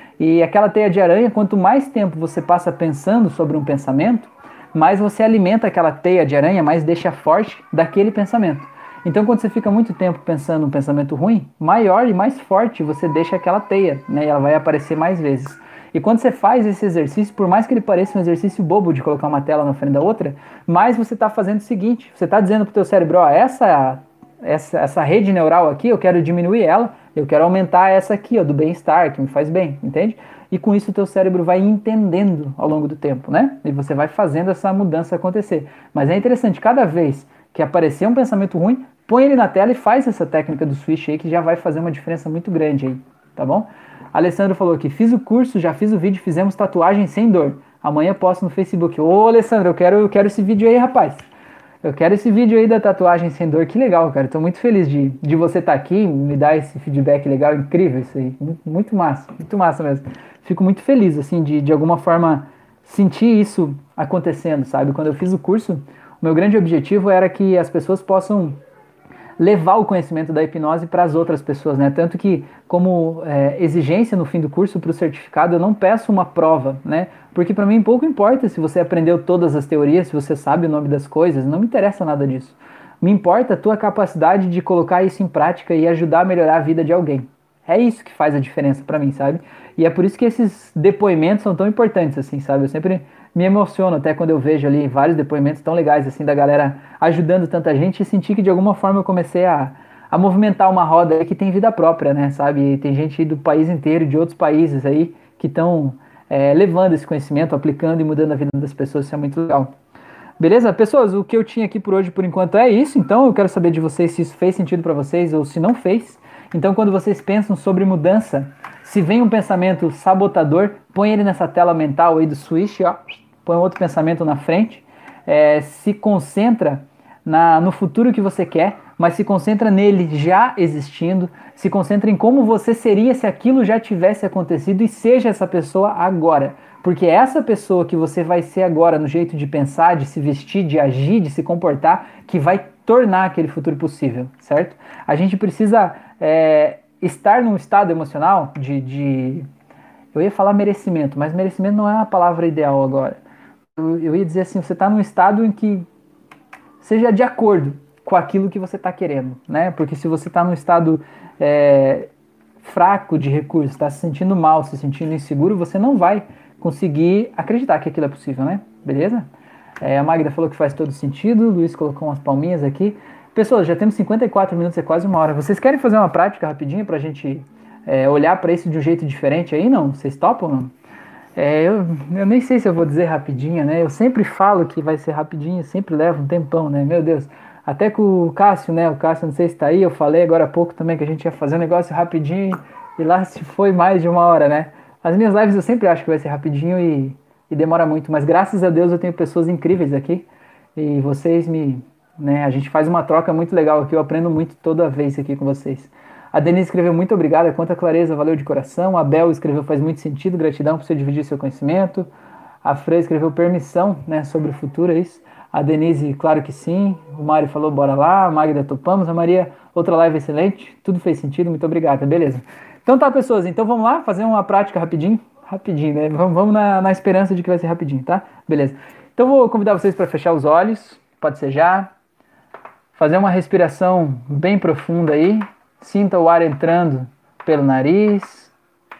E aquela teia de aranha, quanto mais tempo você passa pensando sobre um pensamento, mais você alimenta aquela teia de aranha, mais deixa forte daquele pensamento. Então, quando você fica muito tempo pensando um pensamento ruim, maior e mais forte você deixa aquela teia, né? E ela vai aparecer mais vezes. E quando você faz esse exercício, por mais que ele pareça um exercício bobo de colocar uma tela na frente da outra, mais você está fazendo o seguinte, você está dizendo para o teu cérebro, ó, essa rede neural aqui, eu quero diminuir ela, eu quero aumentar essa aqui, ó, do bem-estar, que me faz bem, entende? E com isso o teu cérebro vai entendendo ao longo do tempo, né? E você vai fazendo essa mudança acontecer. Mas é interessante, cada vez que aparecer um pensamento ruim, põe ele na tela e faz essa técnica do switch aí, que já vai fazer uma diferença muito grande aí, tá bom? Alessandro falou aqui, fiz o curso, já fiz o vídeo, fizemos tatuagem sem dor. Amanhã posto no Facebook. Ô, Alessandro, eu quero esse vídeo aí, rapaz. Eu quero esse vídeo aí da tatuagem sem dor, que legal, cara. Tô muito feliz de você estar aqui, me dar esse feedback legal, incrível isso aí. Muito massa mesmo. Fico muito feliz, assim, de alguma forma sentir isso acontecendo, sabe? Quando eu fiz o curso, o meu grande objetivo era que as pessoas possam levar o conhecimento da hipnose para as outras pessoas, né? Tanto que, como exigência no fim do curso para o certificado, eu não peço uma prova, né? Porque para mim pouco importa se você aprendeu todas as teorias, se você sabe o nome das coisas, não me interessa nada disso. Me importa a tua capacidade de colocar isso em prática e ajudar a melhorar a vida de alguém. É isso que faz a diferença para mim, sabe? E é por isso que esses depoimentos são tão importantes, assim, sabe? Eu sempre me emociono até quando eu vejo ali vários depoimentos tão legais, assim, da galera ajudando tanta gente e sentir que de alguma forma eu comecei a movimentar uma roda aí que tem vida própria, né, sabe? E tem gente do país inteiro, de outros países aí, que estão levando esse conhecimento, aplicando e mudando a vida das pessoas, isso é muito legal. Beleza? Pessoas, o que eu tinha aqui por hoje, por enquanto, é isso. Então, eu quero saber de vocês se isso fez sentido para vocês ou se não fez. Então, quando vocês pensam sobre mudança, se vem um pensamento sabotador, põe ele nessa tela mental aí do switch, ó, põe outro pensamento na frente, se concentra no futuro que você quer, mas se concentra nele já existindo, se concentra em como você seria se aquilo já tivesse acontecido e seja essa pessoa agora. Porque é essa pessoa que você vai ser agora no jeito de pensar, de se vestir, de agir, de se comportar, que vai tornar aquele futuro possível, certo? A gente precisa estar num estado emocional eu ia falar merecimento, mas merecimento não é a palavra ideal agora. Eu ia dizer assim, você está num estado em que seja de acordo com aquilo que você está querendo, né? Porque se você está num estado fraco de recursos, está se sentindo mal, se sentindo inseguro, você não vai conseguir acreditar que aquilo é possível, né? Beleza? A Magda falou que faz todo sentido, o Luiz colocou umas palminhas aqui. Pessoal, já temos 54 minutos, é quase uma hora. Vocês querem fazer uma prática rapidinho pra gente olhar para isso de um jeito diferente aí, não? Vocês topam, não? Eu nem sei se eu vou dizer rapidinho, né? Eu sempre falo que vai ser rapidinho, sempre leva um tempão, né? Meu Deus. Até com o Cássio, né? O Cássio, não sei se tá aí, eu falei agora há pouco também que a gente ia fazer um negócio rapidinho e lá se foi mais de uma hora, né? As minhas lives eu sempre acho que vai ser rapidinho e demora muito, mas graças a Deus eu tenho pessoas incríveis aqui e vocês né? A gente faz uma troca muito legal aqui, eu aprendo muito toda vez aqui com vocês. A Denise escreveu muito obrigada, quanta clareza, valeu de coração. A Bel escreveu faz muito sentido, gratidão por você dividir seu conhecimento. A Fran escreveu permissão, né, sobre o futuro, é isso? A Denise, claro que sim. O Mário falou, bora lá. A Magda, topamos. A Maria, outra live excelente. Tudo fez sentido, muito obrigada, beleza. Então tá, pessoas, então vamos lá fazer uma prática rapidinho. Rapidinho, né? Vamos na esperança de que vai ser rapidinho, tá? Beleza. Então vou convidar vocês para fechar os olhos, pode ser já. Fazer uma respiração bem profunda aí. Sinta o ar entrando pelo nariz,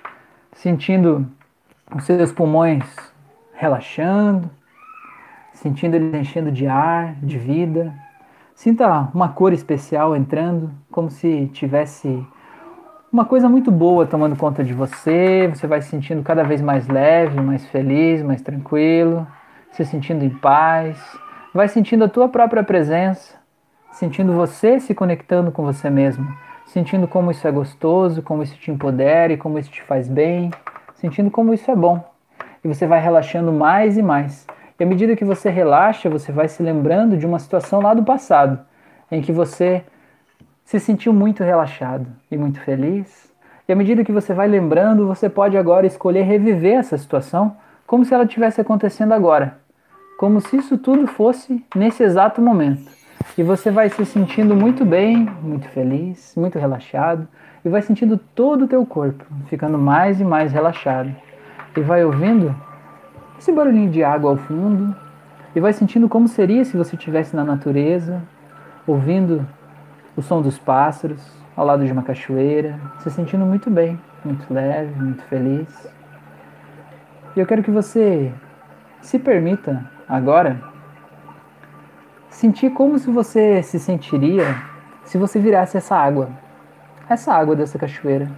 sentindo os seus pulmões relaxando, sentindo eles enchendo de ar, de vida. Sinta uma cor especial entrando, como se tivesse uma coisa muito boa tomando conta de você. Você vai se sentindo cada vez mais leve, mais feliz, mais tranquilo, se sentindo em paz. Vai sentindo a tua própria presença, sentindo você se conectando com você mesmo, sentindo como isso é gostoso, como isso te empodera e como isso te faz bem, sentindo como isso é bom. E você vai relaxando mais e mais. E à medida que você relaxa, você vai se lembrando de uma situação lá do passado, em que você se sentiu muito relaxado e muito feliz. E à medida que você vai lembrando, você pode agora escolher reviver essa situação como se ela estivesse acontecendo agora, como se isso tudo fosse nesse exato momento. E você vai se sentindo muito bem, muito feliz, muito relaxado, e vai sentindo todo o teu corpo ficando mais e mais relaxado. E vai ouvindo esse barulhinho de água ao fundo, e vai sentindo como seria se você estivesse na natureza, ouvindo o som dos pássaros, ao lado de uma cachoeira, se sentindo muito bem, muito leve, muito feliz. E eu quero que você se permita agora sentir como se você se sentiria se você virasse essa água dessa cachoeira.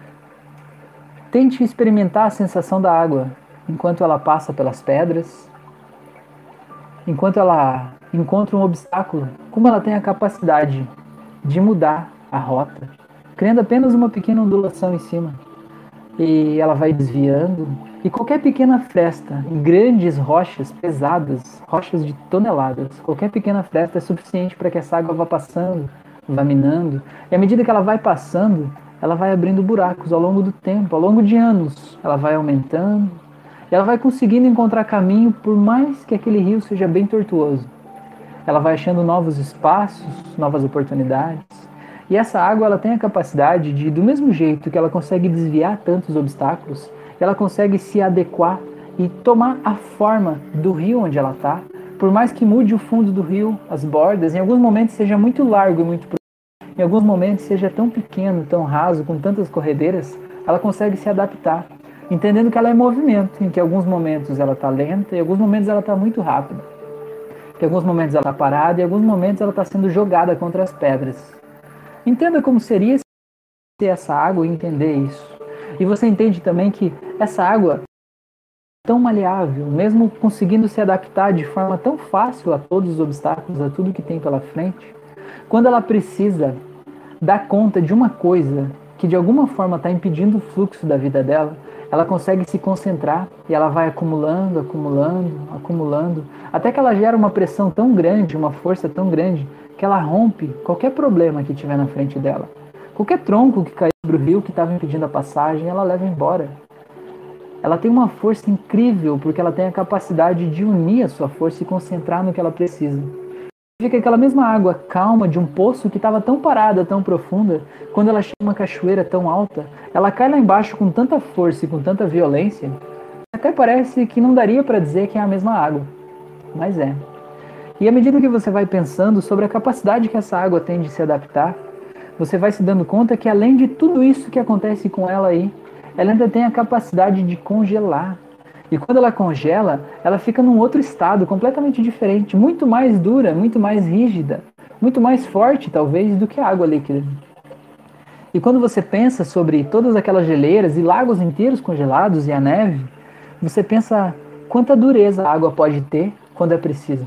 Tente experimentar a sensação da água enquanto ela passa pelas pedras, enquanto ela encontra um obstáculo, como ela tem a capacidade de mudar a rota, criando apenas uma pequena ondulação em cima. E ela vai desviando, e qualquer pequena fresta em grandes rochas pesadas, rochas de toneladas, qualquer pequena fresta é suficiente para que essa água vá passando, vá minando, e à medida que ela vai passando, ela vai abrindo buracos ao longo do tempo, ao longo de anos, ela vai aumentando, e ela vai conseguindo encontrar caminho por mais que aquele rio seja bem tortuoso. Ela vai achando novos espaços, novas oportunidades. E essa água ela tem a capacidade de, do mesmo jeito que ela consegue desviar tantos obstáculos, ela consegue se adequar e tomar a forma do rio onde ela está. Por mais que mude o fundo do rio, as bordas, em alguns momentos seja muito largo e muito profundo, em alguns momentos seja tão pequeno, tão raso, com tantas corredeiras, ela consegue se adaptar, entendendo que ela é movimento, em que em alguns momentos ela está lenta e em alguns momentos ela está muito rápida. Em alguns momentos ela está parada e em alguns momentos ela está sendo jogada contra as pedras. Entenda como seria ter essa água e entender isso. E você entende também que essa água é tão maleável, mesmo conseguindo se adaptar de forma tão fácil a todos os obstáculos, a tudo que tem pela frente, quando ela precisa dar conta de uma coisa que de alguma forma está impedindo o fluxo da vida dela, ela consegue se concentrar e ela vai acumulando, acumulando, acumulando, até que ela gera uma pressão tão grande, uma força tão grande, que ela rompe qualquer problema que tiver na frente dela. Qualquer tronco que caiu sobre o rio que estava impedindo a passagem, ela leva embora. Ela tem uma força incrível, porque ela tem a capacidade de unir a sua força e concentrar no que ela precisa. Fica aquela mesma água calma de um poço que estava tão parada, tão profunda, quando ela chega uma cachoeira tão alta, ela cai lá embaixo com tanta força e com tanta violência, até parece que não daria para dizer que é a mesma água, mas é. E à medida que você vai pensando sobre a capacidade que essa água tem de se adaptar, você vai se dando conta que além de tudo isso que acontece com ela aí, ela ainda tem a capacidade de congelar. E quando ela congela, ela fica num outro estado completamente diferente, muito mais dura, muito mais rígida, muito mais forte, talvez, do que a água líquida. E quando você pensa sobre todas aquelas geleiras e lagos inteiros congelados e a neve, você pensa quanta dureza a água pode ter quando é preciso.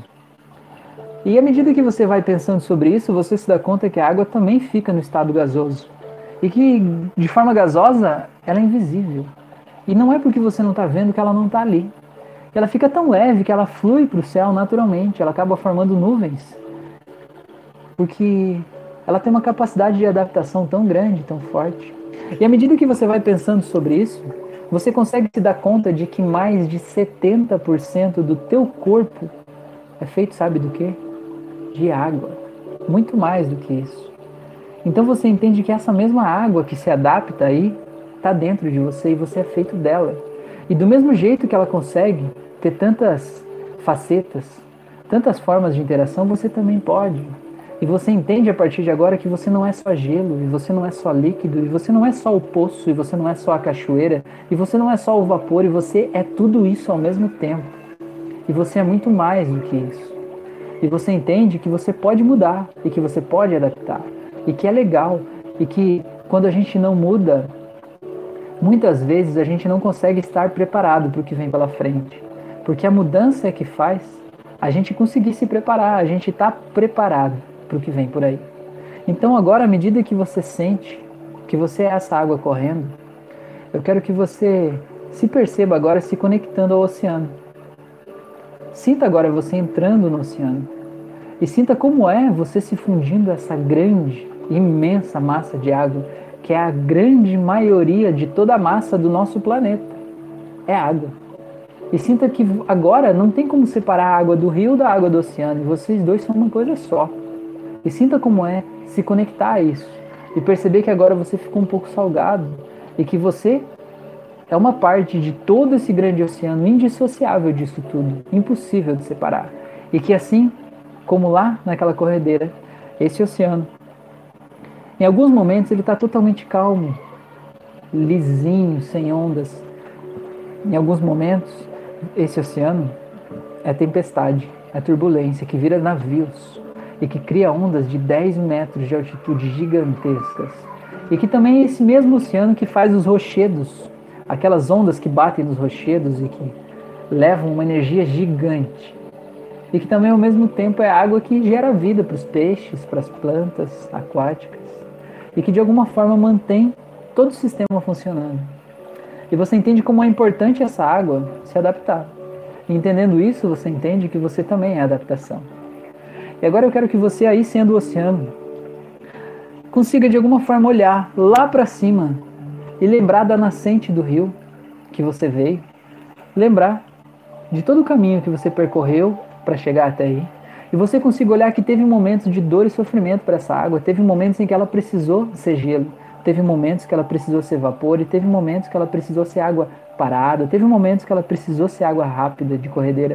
E à medida que você vai pensando sobre isso, você se dá conta que a água também fica no estado gasoso. E que, de forma gasosa, ela é invisível. E não é porque você não está vendo que ela não está ali. Ela fica tão leve que ela flui para o céu naturalmente, ela acaba formando nuvens. Porque ela tem uma capacidade de adaptação tão grande, tão forte. E à medida que você vai pensando sobre isso, você consegue se dar conta de que mais de 70% do teu corpo é feito, sabe do quê? De água. Muito mais do que isso. Então você entende que essa mesma água que se adapta aí está dentro de você e você é feito dela. E do mesmo jeito que ela consegue ter tantas facetas, tantas formas de interação, você também pode. E você entende a partir de agora que você não é só gelo, e você não é só líquido, e você não é só o poço, e você não é só a cachoeira, e você não é só o vapor, e você é tudo isso ao mesmo tempo. E você é muito mais do que isso. E você entende que você pode mudar, e que você pode adaptar, e que é legal, e que quando a gente não muda, muitas vezes a gente não consegue estar preparado para o que vem pela frente. Porque a mudança é que faz a gente conseguir se preparar, a gente está preparado para o que vem por aí. Então agora, à medida que você sente que você é essa água correndo, eu quero que você se perceba agora se conectando ao oceano. Sinta agora você entrando no oceano. E sinta como é você se fundindo a essa grande, imensa massa de água, que é a grande maioria de toda a massa do nosso planeta. É água. E sinta que agora não tem como separar a água do rio da água do oceano. Vocês dois são uma coisa só. E sinta como é se conectar a isso. E perceber que agora você ficou um pouco salgado. E que você é uma parte de todo esse grande oceano, indissociável disso tudo. Impossível de separar. E que assim, como lá naquela corredeira, esse oceano, em alguns momentos ele está totalmente calmo, lisinho, sem ondas. Em alguns momentos, esse oceano é tempestade, é turbulência que vira navios e que cria ondas de 10 metros de altitude gigantescas. E que também é esse mesmo oceano que faz os rochedos, aquelas ondas que batem nos rochedos e que levam uma energia gigante. E que também ao mesmo tempo é a água que gera vida para os peixes, para as plantas aquáticas. E que de alguma forma mantém todo o sistema funcionando. E você entende como é importante essa água se adaptar. E entendendo isso, você entende que você também é adaptação. E agora eu quero que você, aí sendo o oceano, consiga de alguma forma olhar lá para cima e lembrar da nascente do rio que você veio. Lembrar de todo o caminho que você percorreu para chegar até aí. E você consiga olhar que teve momentos de dor e sofrimento para essa água. Teve momentos em que ela precisou ser gelo. Teve momentos que ela precisou ser vapor. E teve momentos que ela precisou ser água parada. Teve momentos que ela precisou ser água rápida, de corredeira.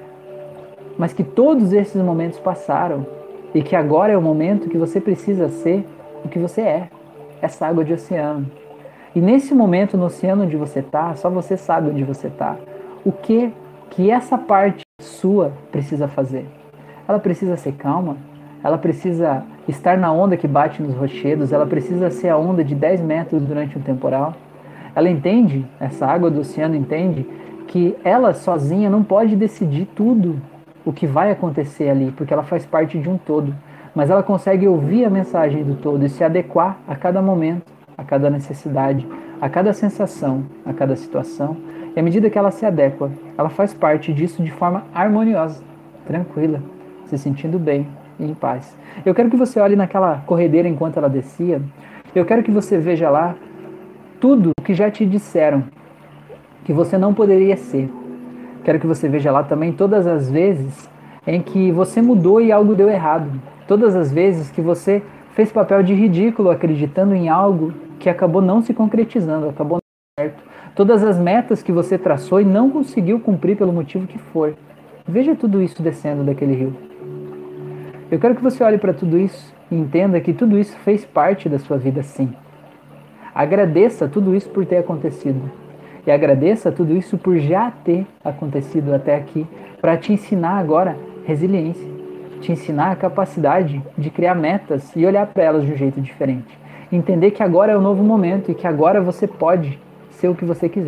Mas que todos esses momentos passaram. E que agora é o momento que você precisa ser o que você é. Essa água de oceano. E nesse momento, no oceano onde você está, só você sabe onde você está. O que essa parte sua precisa fazer? Ela precisa ser calma, ela precisa estar na onda que bate nos rochedos, ela precisa ser a onda de 10 metros durante um temporal. Ela entende, essa água do oceano entende, que ela sozinha não pode decidir tudo o que vai acontecer ali, porque ela faz parte de um todo. Mas ela consegue ouvir a mensagem do todo e se adequar a cada momento, a cada necessidade, a cada sensação, a cada situação. E à medida que ela se adequa, ela faz parte disso de forma harmoniosa, tranquila, se sentindo bem e em paz. Eu quero que você olhe naquela corredeira enquanto ela descia. Eu quero que você veja lá tudo o que já te disseram que você não poderia ser. Quero que você veja lá também todas as vezes em que você mudou e algo deu errado. Todas as vezes que você fez papel de ridículo acreditando em algo que acabou não se concretizando, acabou não certo. Todas as metas que você traçou e não conseguiu cumprir pelo motivo que for. Veja tudo isso descendo daquele rio. Eu quero que você olhe para tudo isso e entenda que tudo isso fez parte da sua vida, sim. Agradeça tudo isso por ter acontecido. E agradeça tudo isso por já ter acontecido até aqui, para te ensinar agora resiliência, te ensinar a capacidade de criar metas e olhar para elas de um jeito diferente. Entender que agora é o novo momento e que agora você pode ser o que você quiser.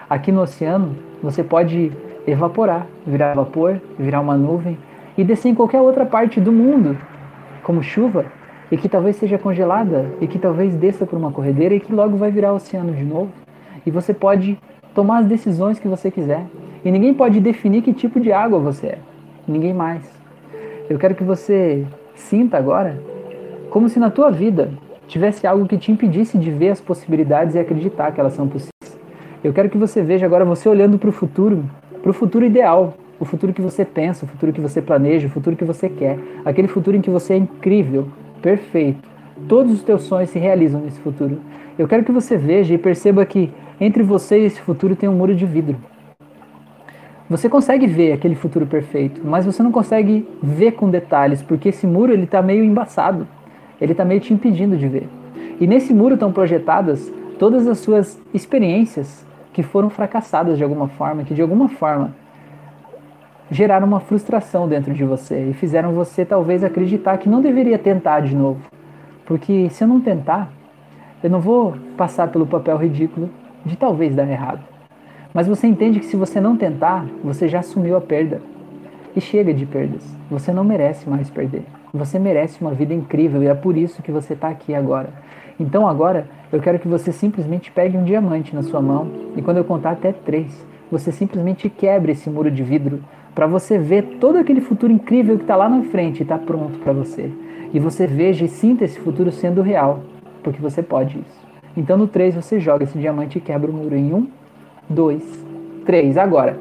Aqui no oceano, você pode evaporar, virar vapor, virar uma nuvem e descer em qualquer outra parte do mundo, como chuva, e que talvez seja congelada, e que talvez desça por uma corredeira e que logo vai virar oceano de novo. E você pode tomar as decisões que você quiser. E ninguém pode definir que tipo de água você é. Ninguém mais. Eu quero que você sinta agora como se na tua vida tivesse algo que te impedisse de ver as possibilidades e acreditar que elas são possíveis. Eu quero que você veja agora você olhando para o futuro ideal, o futuro que você pensa, o futuro que você planeja, o futuro que você quer, aquele futuro em que você é incrível, perfeito. Todos os teus sonhos se realizam nesse futuro. Eu quero que você veja e perceba que entre você e esse futuro tem um muro de vidro. Você consegue ver aquele futuro perfeito, mas você não consegue ver com detalhes, porque esse muro ele está meio embaçado. Ele está meio te impedindo de ver. E nesse muro estão projetadas todas as suas experiências que foram fracassadas de alguma forma, que de alguma forma geraram uma frustração dentro de você e fizeram você talvez acreditar que não deveria tentar de novo. Porque se eu não tentar, eu não vou passar pelo papel ridículo de talvez dar errado. Mas você entende que se você não tentar, você já assumiu a perda. E chega de perdas. Você não merece mais perder. Você merece uma vida incrível e é por isso que você está aqui agora. Então agora eu quero que você simplesmente pegue um diamante na sua mão e quando eu contar até 3, você simplesmente quebre esse muro de vidro para você ver todo aquele futuro incrível que está lá na frente e está pronto para você. E você veja e sinta esse futuro sendo real, porque você pode isso. Então no 3 você joga esse diamante e quebra o muro em 1, 2, 3. Agora.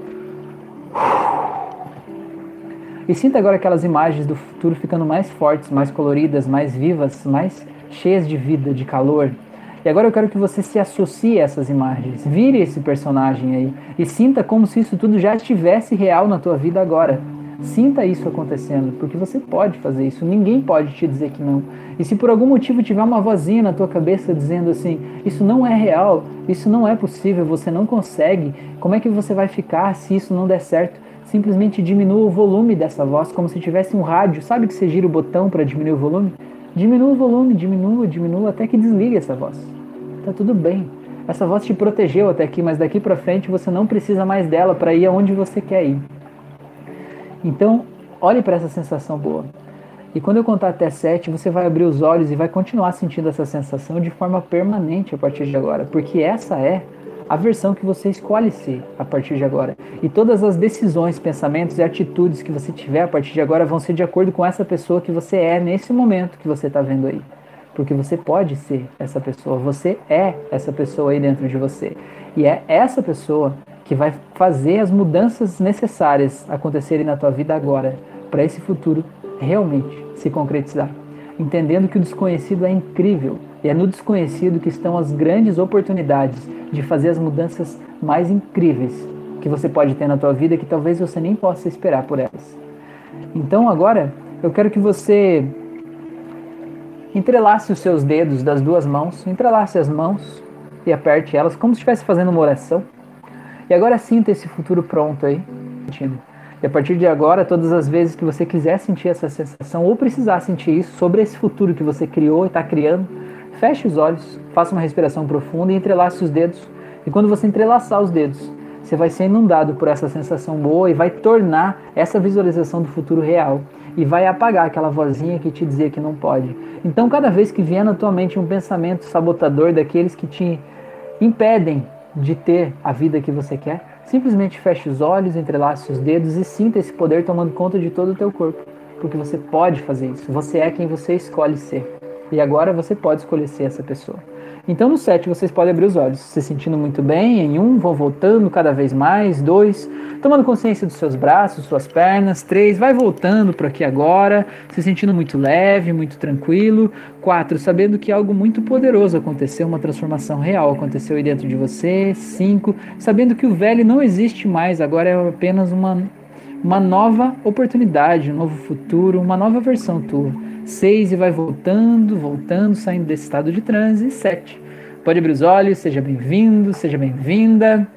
E sinta agora aquelas imagens do futuro ficando mais fortes, mais coloridas, mais vivas, mais cheias de vida, de calor. E agora eu quero que você se associe a essas imagens, vire esse personagem aí e sinta como se isso tudo já estivesse real na tua vida agora. Sinta isso acontecendo, porque você pode fazer isso, ninguém pode te dizer que não. E se por algum motivo tiver uma vozinha na tua cabeça dizendo assim, isso não é real, isso não é possível, você não consegue, como é que você vai ficar se isso não der certo? Simplesmente diminua o volume dessa voz, como se tivesse um rádio. Sabe que você gira o botão para diminuir o volume? Diminua o volume, diminua, até que desligue essa voz. Tá tudo bem. Essa voz te protegeu até aqui, mas daqui para frente você não precisa mais dela para ir aonde você quer ir. Então, olhe para essa sensação boa. E quando eu contar até 7, você vai abrir os olhos e vai continuar sentindo essa sensação de forma permanente a partir de agora, porque essa é a versão que você escolhe ser a partir de agora. E todas as decisões, pensamentos e atitudes que você tiver a partir de agora vão ser de acordo com essa pessoa que você é nesse momento que você está vendo aí. Porque você pode ser essa pessoa, você é essa pessoa aí dentro de você. E é essa pessoa que vai fazer as mudanças necessárias acontecerem na tua vida agora, para esse futuro realmente se concretizar. Entendendo que o desconhecido é incrível, e é no desconhecido que estão as grandes oportunidades de fazer as mudanças mais incríveis que você pode ter na tua vida, que talvez você nem possa esperar por elas. Então agora, eu quero que você entrelace os seus dedos das duas mãos, entrelace as mãos e aperte elas como se estivesse fazendo uma oração. E agora sinta esse futuro pronto aí. E a partir de agora, todas as vezes que você quiser sentir essa sensação ou precisar sentir isso sobre esse futuro que você criou e está criando, feche os olhos, faça uma respiração profunda e entrelace os dedos. E quando você entrelaçar os dedos, você vai ser inundado por essa sensação boa e vai tornar essa visualização do futuro real. E vai apagar aquela vozinha que te dizia que não pode. Então, cada vez que vier na tua mente um pensamento sabotador daqueles que te impedem de ter a vida que você quer, simplesmente feche os olhos, entrelace os dedos e sinta esse poder tomando conta de todo o teu corpo. Porque você pode fazer isso. Você é quem você escolhe ser. E agora você pode escolher ser essa pessoa. Então no 7 vocês podem abrir os olhos, se sentindo muito bem, em 1, vão voltando cada vez mais, 2, tomando consciência dos seus braços, suas pernas, 3, vai voltando por aqui agora, se sentindo muito leve, muito tranquilo, 4, sabendo que algo muito poderoso aconteceu, uma transformação real aconteceu aí dentro de você, 5, sabendo que o velho não existe mais, agora é apenas uma nova oportunidade, um novo futuro, uma nova versão tua. 6 e vai voltando, saindo desse estado de transe. 7. Pode abrir os olhos, seja bem-vindo, seja bem-vinda.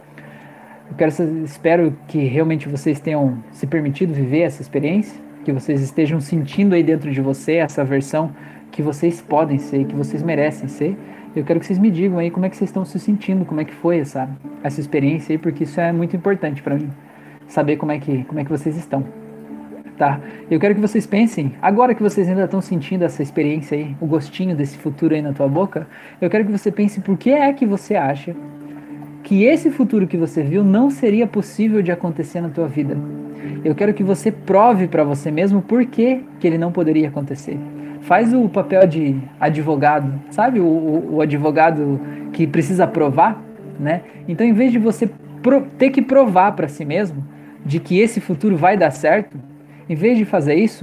Espero que realmente vocês tenham se permitido viver essa experiência, que vocês estejam sentindo aí dentro de você essa versão que vocês podem ser, que vocês merecem ser. Eu quero que vocês me digam aí como é que vocês estão se sentindo, como é que foi essa experiência aí, porque isso é muito importante para mim, saber como é que vocês estão. Tá? Eu quero que vocês pensem, agora que vocês ainda estão sentindo essa experiência aí, o gostinho desse futuro aí na tua boca, eu quero que você pense por que é que você acha que esse futuro que você viu não seria possível de acontecer na tua vida. Eu quero que você prove para você mesmo por que ele não poderia acontecer. Faz o papel de advogado, sabe? O advogado que precisa provar, né? Então, em vez de você ter que provar para si mesmo de que esse futuro vai dar certo, em vez de fazer isso,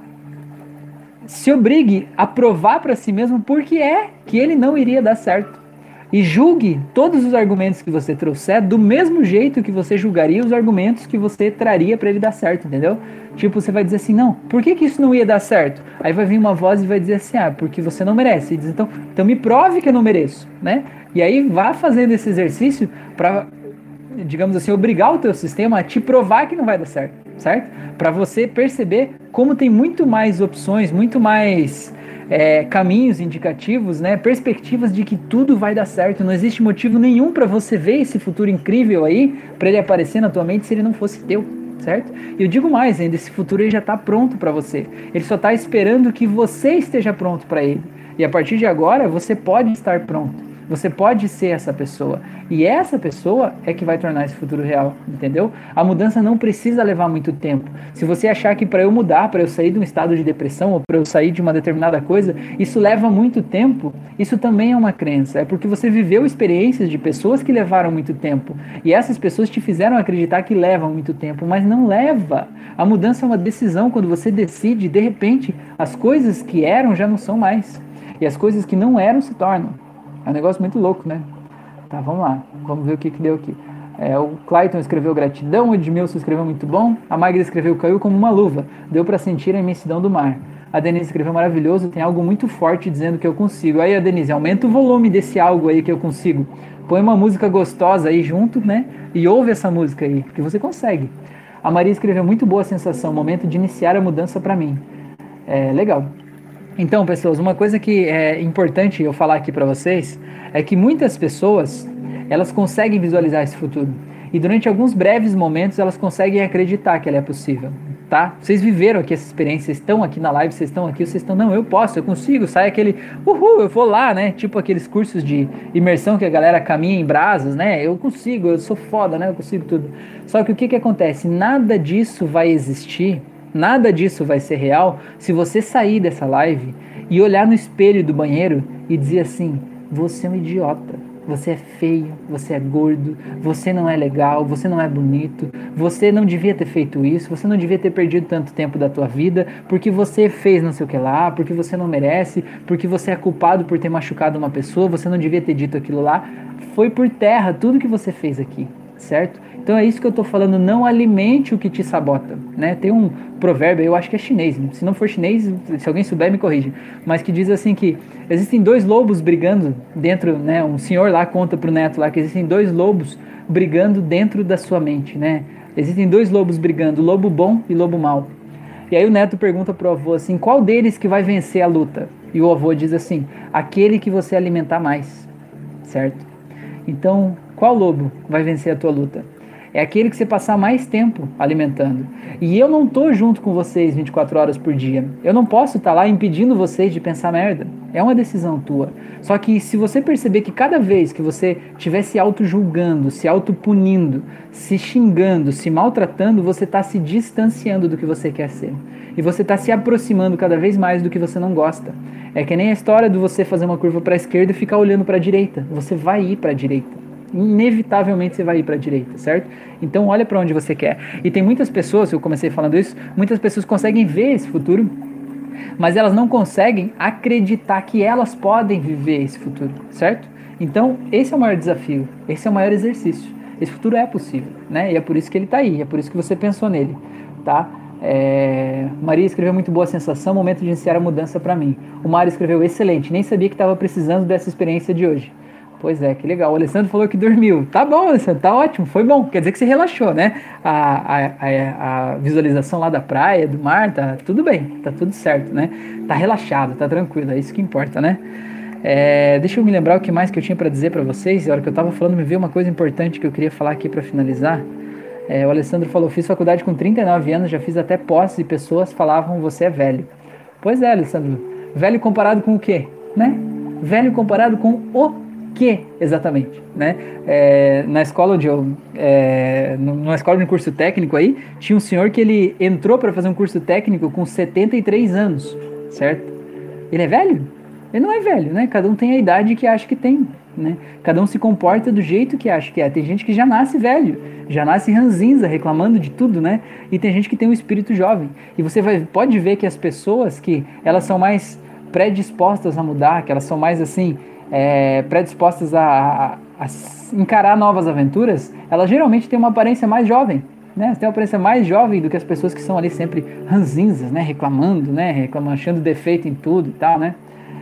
se obrigue a provar para si mesmo por que é que ele não iria dar certo. E julgue todos os argumentos que você trouxer do mesmo jeito que você julgaria os argumentos que você traria para ele dar certo, entendeu? Tipo, você vai dizer assim, não, por que isso não ia dar certo? Aí vai vir uma voz e vai dizer assim, porque você não merece. E diz, então me prove que eu não mereço, né? E aí vá fazendo esse exercício para, digamos assim, obrigar o teu sistema a te provar que não vai dar certo, certo? Para você perceber como tem muito mais opções, muito mais caminhos indicativos, né, perspectivas de que tudo vai dar certo. Não existe motivo nenhum para você ver esse futuro incrível aí, para ele aparecer na tua mente se ele não fosse teu, certo? E eu digo mais ainda, esse futuro ele já está pronto para você. Ele só está esperando que você esteja pronto para ele. E a partir de agora, você pode estar pronto. Você pode ser essa pessoa. E essa pessoa é que vai tornar esse futuro real, entendeu? A mudança não precisa levar muito tempo. Se você achar que para eu mudar, para eu sair de um estado de depressão ou para eu sair de uma determinada coisa, isso leva muito tempo, isso também é uma crença. É porque você viveu experiências de pessoas que levaram muito tempo. E essas pessoas te fizeram acreditar que levam muito tempo, mas não leva. A mudança é uma decisão. Quando você decide, de repente, as coisas que eram já não são mais. E as coisas que não eram se tornam. É um negócio muito louco, né? Tá, vamos lá. Vamos ver o que deu aqui. O Clayton escreveu gratidão, o Edmilson escreveu muito bom, a Magda escreveu caiu como uma luva, deu para sentir a imensidão do mar. A Denise escreveu maravilhoso, tem algo muito forte dizendo que eu consigo. Aí a Denise, aumenta o volume desse algo aí que eu consigo. Põe uma música gostosa aí junto, né? E ouve essa música aí, porque você consegue. A Maria escreveu muito boa sensação, momento de iniciar a mudança para mim. Legal. Então, pessoas, uma coisa que é importante eu falar aqui para vocês é que muitas pessoas, elas conseguem visualizar esse futuro. E durante alguns breves momentos, elas conseguem acreditar que ela é possível, tá? Vocês viveram aqui essa experiência, vocês estão aqui na live, vocês estão aqui, vocês estão, não, eu posso, eu consigo, sai aquele, uhul, eu vou lá, né? Tipo aqueles cursos de imersão que a galera caminha em brasas, né? Eu consigo, eu sou foda, né? Eu consigo tudo. Só que o que acontece? Nada disso vai existir. Nada disso vai ser real se você sair dessa live e olhar no espelho do banheiro e dizer assim, você é um idiota, você é feio, você é gordo, você não é legal, você não é bonito, você não devia ter feito isso, você não devia ter perdido tanto tempo da tua vida, porque você fez não sei o que lá, porque você não merece, porque você é culpado por ter machucado uma pessoa, você não devia ter dito aquilo lá. Foi por terra tudo que você fez aqui, certo? Então é isso que eu estou falando, não alimente o que te sabota, né? Tem um provérbio, eu acho que é chinês, se não for chinês, se alguém souber me corrige, mas que diz assim que existem dois lobos brigando dentro, né? Um senhor lá conta pro neto lá que existem dois lobos brigando dentro da sua mente, né? Existem dois lobos brigando, lobo bom e lobo mau. E aí o neto pergunta pro avô assim, qual deles que vai vencer a luta? E o avô diz assim, aquele que você alimentar mais, certo? Então, qual lobo vai vencer a tua luta? É aquele que você passar mais tempo alimentando. E eu não tô junto com vocês 24 horas por dia. Eu não posso estar lá impedindo vocês de pensar merda. É uma decisão tua. Só que se você perceber que cada vez que você estiver se auto-julgando, se auto-punindo, se xingando, se maltratando, você está se distanciando do que você quer ser. E você está se aproximando cada vez mais do que você não gosta. É que nem a história de você fazer uma curva para a esquerda e ficar olhando para a direita. Você vai ir para a direita. Inevitavelmente você vai ir para a direita, certo? Então olha para onde você quer. E tem muitas pessoas, eu comecei falando isso, muitas pessoas conseguem ver esse futuro, mas elas não conseguem acreditar que elas podem viver esse futuro, certo? Então esse é o maior desafio, esse é o maior exercício. Esse futuro é possível, né? E é por isso que ele está aí, é por isso que você pensou nele, tá? Maria escreveu muito boa sensação, momento de iniciar a mudança para mim. O Mário escreveu excelente, nem sabia que estava precisando dessa experiência de hoje. Pois é, que legal. O Alessandro falou que dormiu. Tá bom, Alessandro, tá ótimo, foi bom. Quer dizer que você relaxou, né? A visualização lá da praia, do mar, tá tudo bem, tá tudo certo, né? Tá relaxado, tá tranquilo, é isso que importa, né? Deixa eu me lembrar o que mais que eu tinha para dizer para vocês. A hora que eu tava falando, me veio uma coisa importante que eu queria falar aqui para finalizar. O Alessandro falou, fiz faculdade com 39 anos, já fiz até pós e pessoas falavam, você é velho. Pois é, Alessandro, velho comparado com o quê, né? Velho comparado com o que exatamente, né? Na escola onde numa escola de um curso técnico aí, tinha um senhor que ele entrou para fazer um curso técnico com 73 anos, certo? Ele é velho? Ele não é velho, né? Cada um tem a idade que acha que tem, né? Cada um se comporta do jeito que acha que é. Tem gente que já nasce velho, já nasce ranzinza, reclamando de tudo, né? E tem gente que tem um espírito jovem. E você pode ver que as pessoas que elas são mais predispostas a mudar, que elas são mais assim predispostas a encarar novas aventuras, elas geralmente têm uma aparência mais jovem, né? Tem uma aparência mais jovem do que as pessoas que são ali sempre ranzinzas, né? Reclamando, né? Achando defeito em tudo e tal, né?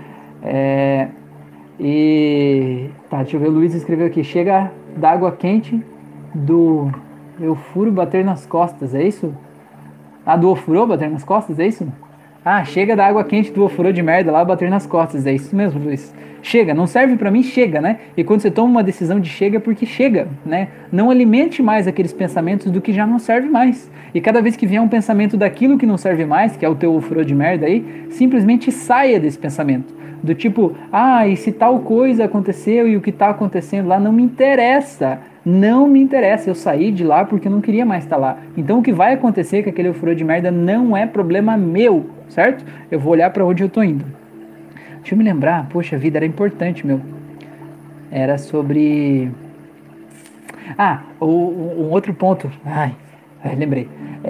Tá, deixa eu ver, o Luiz escreveu aqui, chega d'água quente do Eufuro bater nas costas, é isso? Do ofurô bater nas costas, é isso? Chega da água quente do ofurô de merda lá bater nas costas, é isso mesmo, Luiz. Chega, não serve pra mim, chega, né? E quando você toma uma decisão de chega, é porque chega, né? Não alimente mais aqueles pensamentos do que já não serve mais. E cada vez que vier um pensamento daquilo que não serve mais, que é o teu ofurô de merda aí, simplesmente saia desse pensamento. Do tipo, e se tal coisa aconteceu e o que tá acontecendo lá não me interessa. Não me interessa, eu saí de lá porque eu não queria mais estar lá. Então o que vai acontecer com aquele ofurô de merda não é problema meu, certo? Eu vou olhar pra onde eu tô indo. Deixa eu me lembrar, poxa vida, era importante, meu. Era sobre... um outro ponto. Lembrei.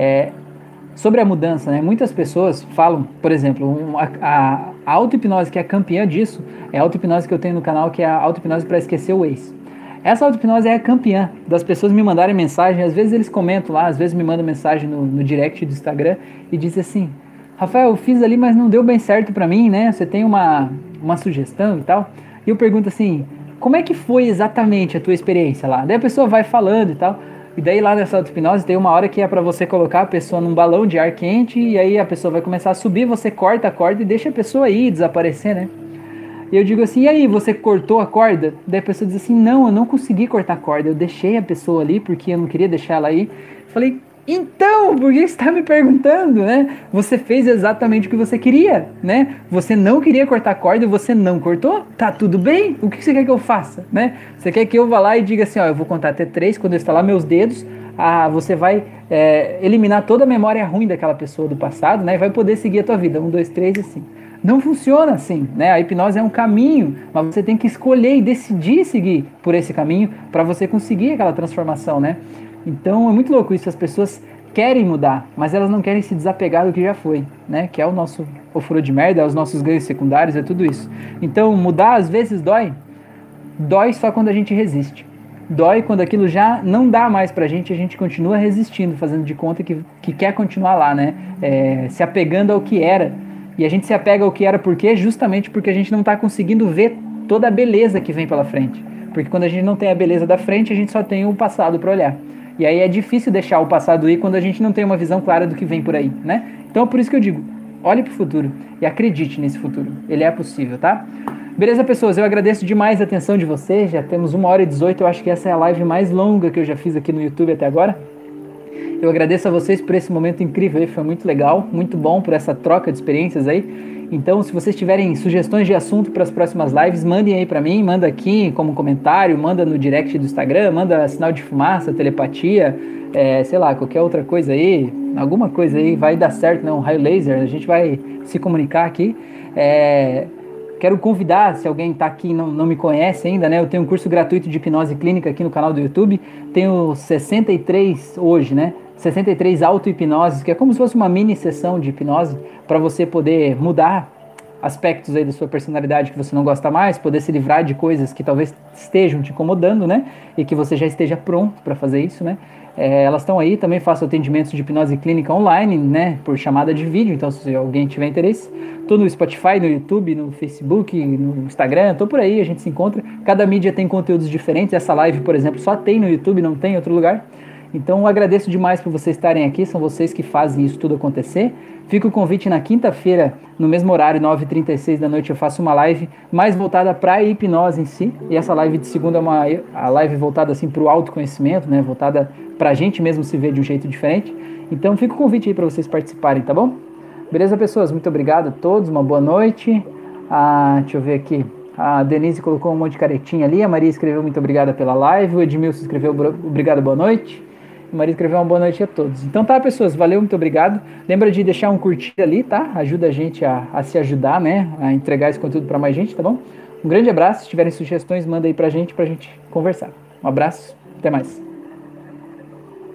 Sobre a mudança, né? Muitas pessoas falam, por exemplo, a auto-hipnose que é campeã disso é a auto-hipnose que eu tenho no canal, que é a auto-hipnose para esquecer o ex. Essa auto-hipnose é a campeã das pessoas me mandarem mensagem, às vezes eles comentam lá, às vezes me mandam mensagem no direct do Instagram e dizem assim, Rafael, eu fiz ali, mas não deu bem certo pra mim, né? Você tem uma sugestão e tal? E eu pergunto assim, como é que foi exatamente a tua experiência lá? Daí a pessoa vai falando e tal, e daí lá nessa auto-hipnose tem uma hora que é pra você colocar a pessoa num balão de ar quente, e aí a pessoa vai começar a subir, você corta a corda e deixa a pessoa aí desaparecer, né? E eu digo assim, e aí, você cortou a corda? Daí a pessoa diz assim, não, eu não consegui cortar a corda, eu deixei a pessoa ali porque eu não queria deixar ela aí. Falei, então, por que você está me perguntando, né? Você fez exatamente o que você queria, né? Você não queria cortar a corda e você não cortou? Tá tudo bem? O que você quer que eu faça, né? Você quer que eu vá lá e diga assim, eu vou contar até 3, quando eu estalar meus dedos, você vai eliminar toda a memória ruim daquela pessoa do passado, né? E vai poder seguir a tua vida, 1, 2, 3 assim. Não funciona assim, né? A hipnose é um caminho, mas você tem que escolher e decidir seguir por esse caminho para você conseguir aquela transformação, né? Então é muito louco isso, as pessoas querem mudar, mas elas não querem se desapegar do que já foi, né? Que é o nosso ofurô de merda, é os nossos ganhos secundários, é tudo isso. Então mudar às vezes dói só quando a gente resiste. Dói quando aquilo já não dá mais pra gente, a gente continua resistindo, fazendo de conta que quer continuar lá, né? Se apegando ao que era. E a gente se apega ao que era por quê? Justamente porque a gente não está conseguindo ver toda a beleza que vem pela frente. Porque quando a gente não tem a beleza da frente, a gente só tem o passado para olhar. E aí é difícil deixar o passado ir quando a gente não tem uma visão clara do que vem por aí, né? Então é por isso que eu digo, olhe para o futuro e acredite nesse futuro. Ele é possível, tá? Beleza, pessoas? Eu agradeço demais a atenção de vocês. Já temos 1h18, eu acho que essa é a live mais longa que eu já fiz aqui no YouTube até agora. Eu agradeço a vocês por esse momento incrível aí, foi muito legal, muito bom por essa troca de experiências aí. Então, se vocês tiverem sugestões de assunto para as próximas lives, mandem aí para mim, manda aqui como comentário, manda no direct do Instagram, manda sinal de fumaça, telepatia, sei lá, qualquer outra coisa aí, alguma coisa aí vai dar certo, né? Um raio laser, a gente vai se comunicar aqui. Quero convidar, se alguém está aqui e não me conhece ainda, né? Eu tenho um curso gratuito de hipnose clínica aqui no canal do YouTube, tenho 63 hoje, né? 63 auto-hipnoses, que é como se fosse uma mini sessão de hipnose para você poder mudar aspectos aí da sua personalidade que você não gosta mais, poder se livrar de coisas que talvez estejam te incomodando, né? E que você já esteja pronto para fazer isso, né? Elas estão aí, também faço atendimentos de hipnose clínica online, né, por chamada de vídeo, então se alguém tiver interesse, tô no Spotify, no YouTube, no Facebook, no Instagram, tô por aí, a gente se encontra. Cada mídia tem conteúdos diferentes, essa live, por exemplo, só tem no YouTube, não tem em outro lugar. Então eu agradeço demais por vocês estarem aqui, são vocês que fazem isso tudo acontecer. Fica o convite na quinta-feira, no mesmo horário, 9h36 da noite, eu faço uma live mais voltada para a hipnose em si. E essa live de segunda é a live voltada assim, para o autoconhecimento, né? Voltada para a gente mesmo se ver de um jeito diferente. Então fica o convite aí para vocês participarem, tá bom? Beleza, pessoas? Muito obrigado a todos, uma boa noite. Deixa eu ver aqui. A Denise colocou um monte de caretinha ali, a Maria escreveu muito obrigada pela live, o Edmilson escreveu obrigado, boa noite. O Maria escreveu uma boa noite a todos. Então tá, pessoas, valeu, muito obrigado. Lembra de deixar um curtir ali, tá? Ajuda a gente a se ajudar, né? A entregar esse conteúdo para mais gente, tá bom? Um grande abraço. Se tiverem sugestões, manda aí pra gente conversar. Um abraço, até mais.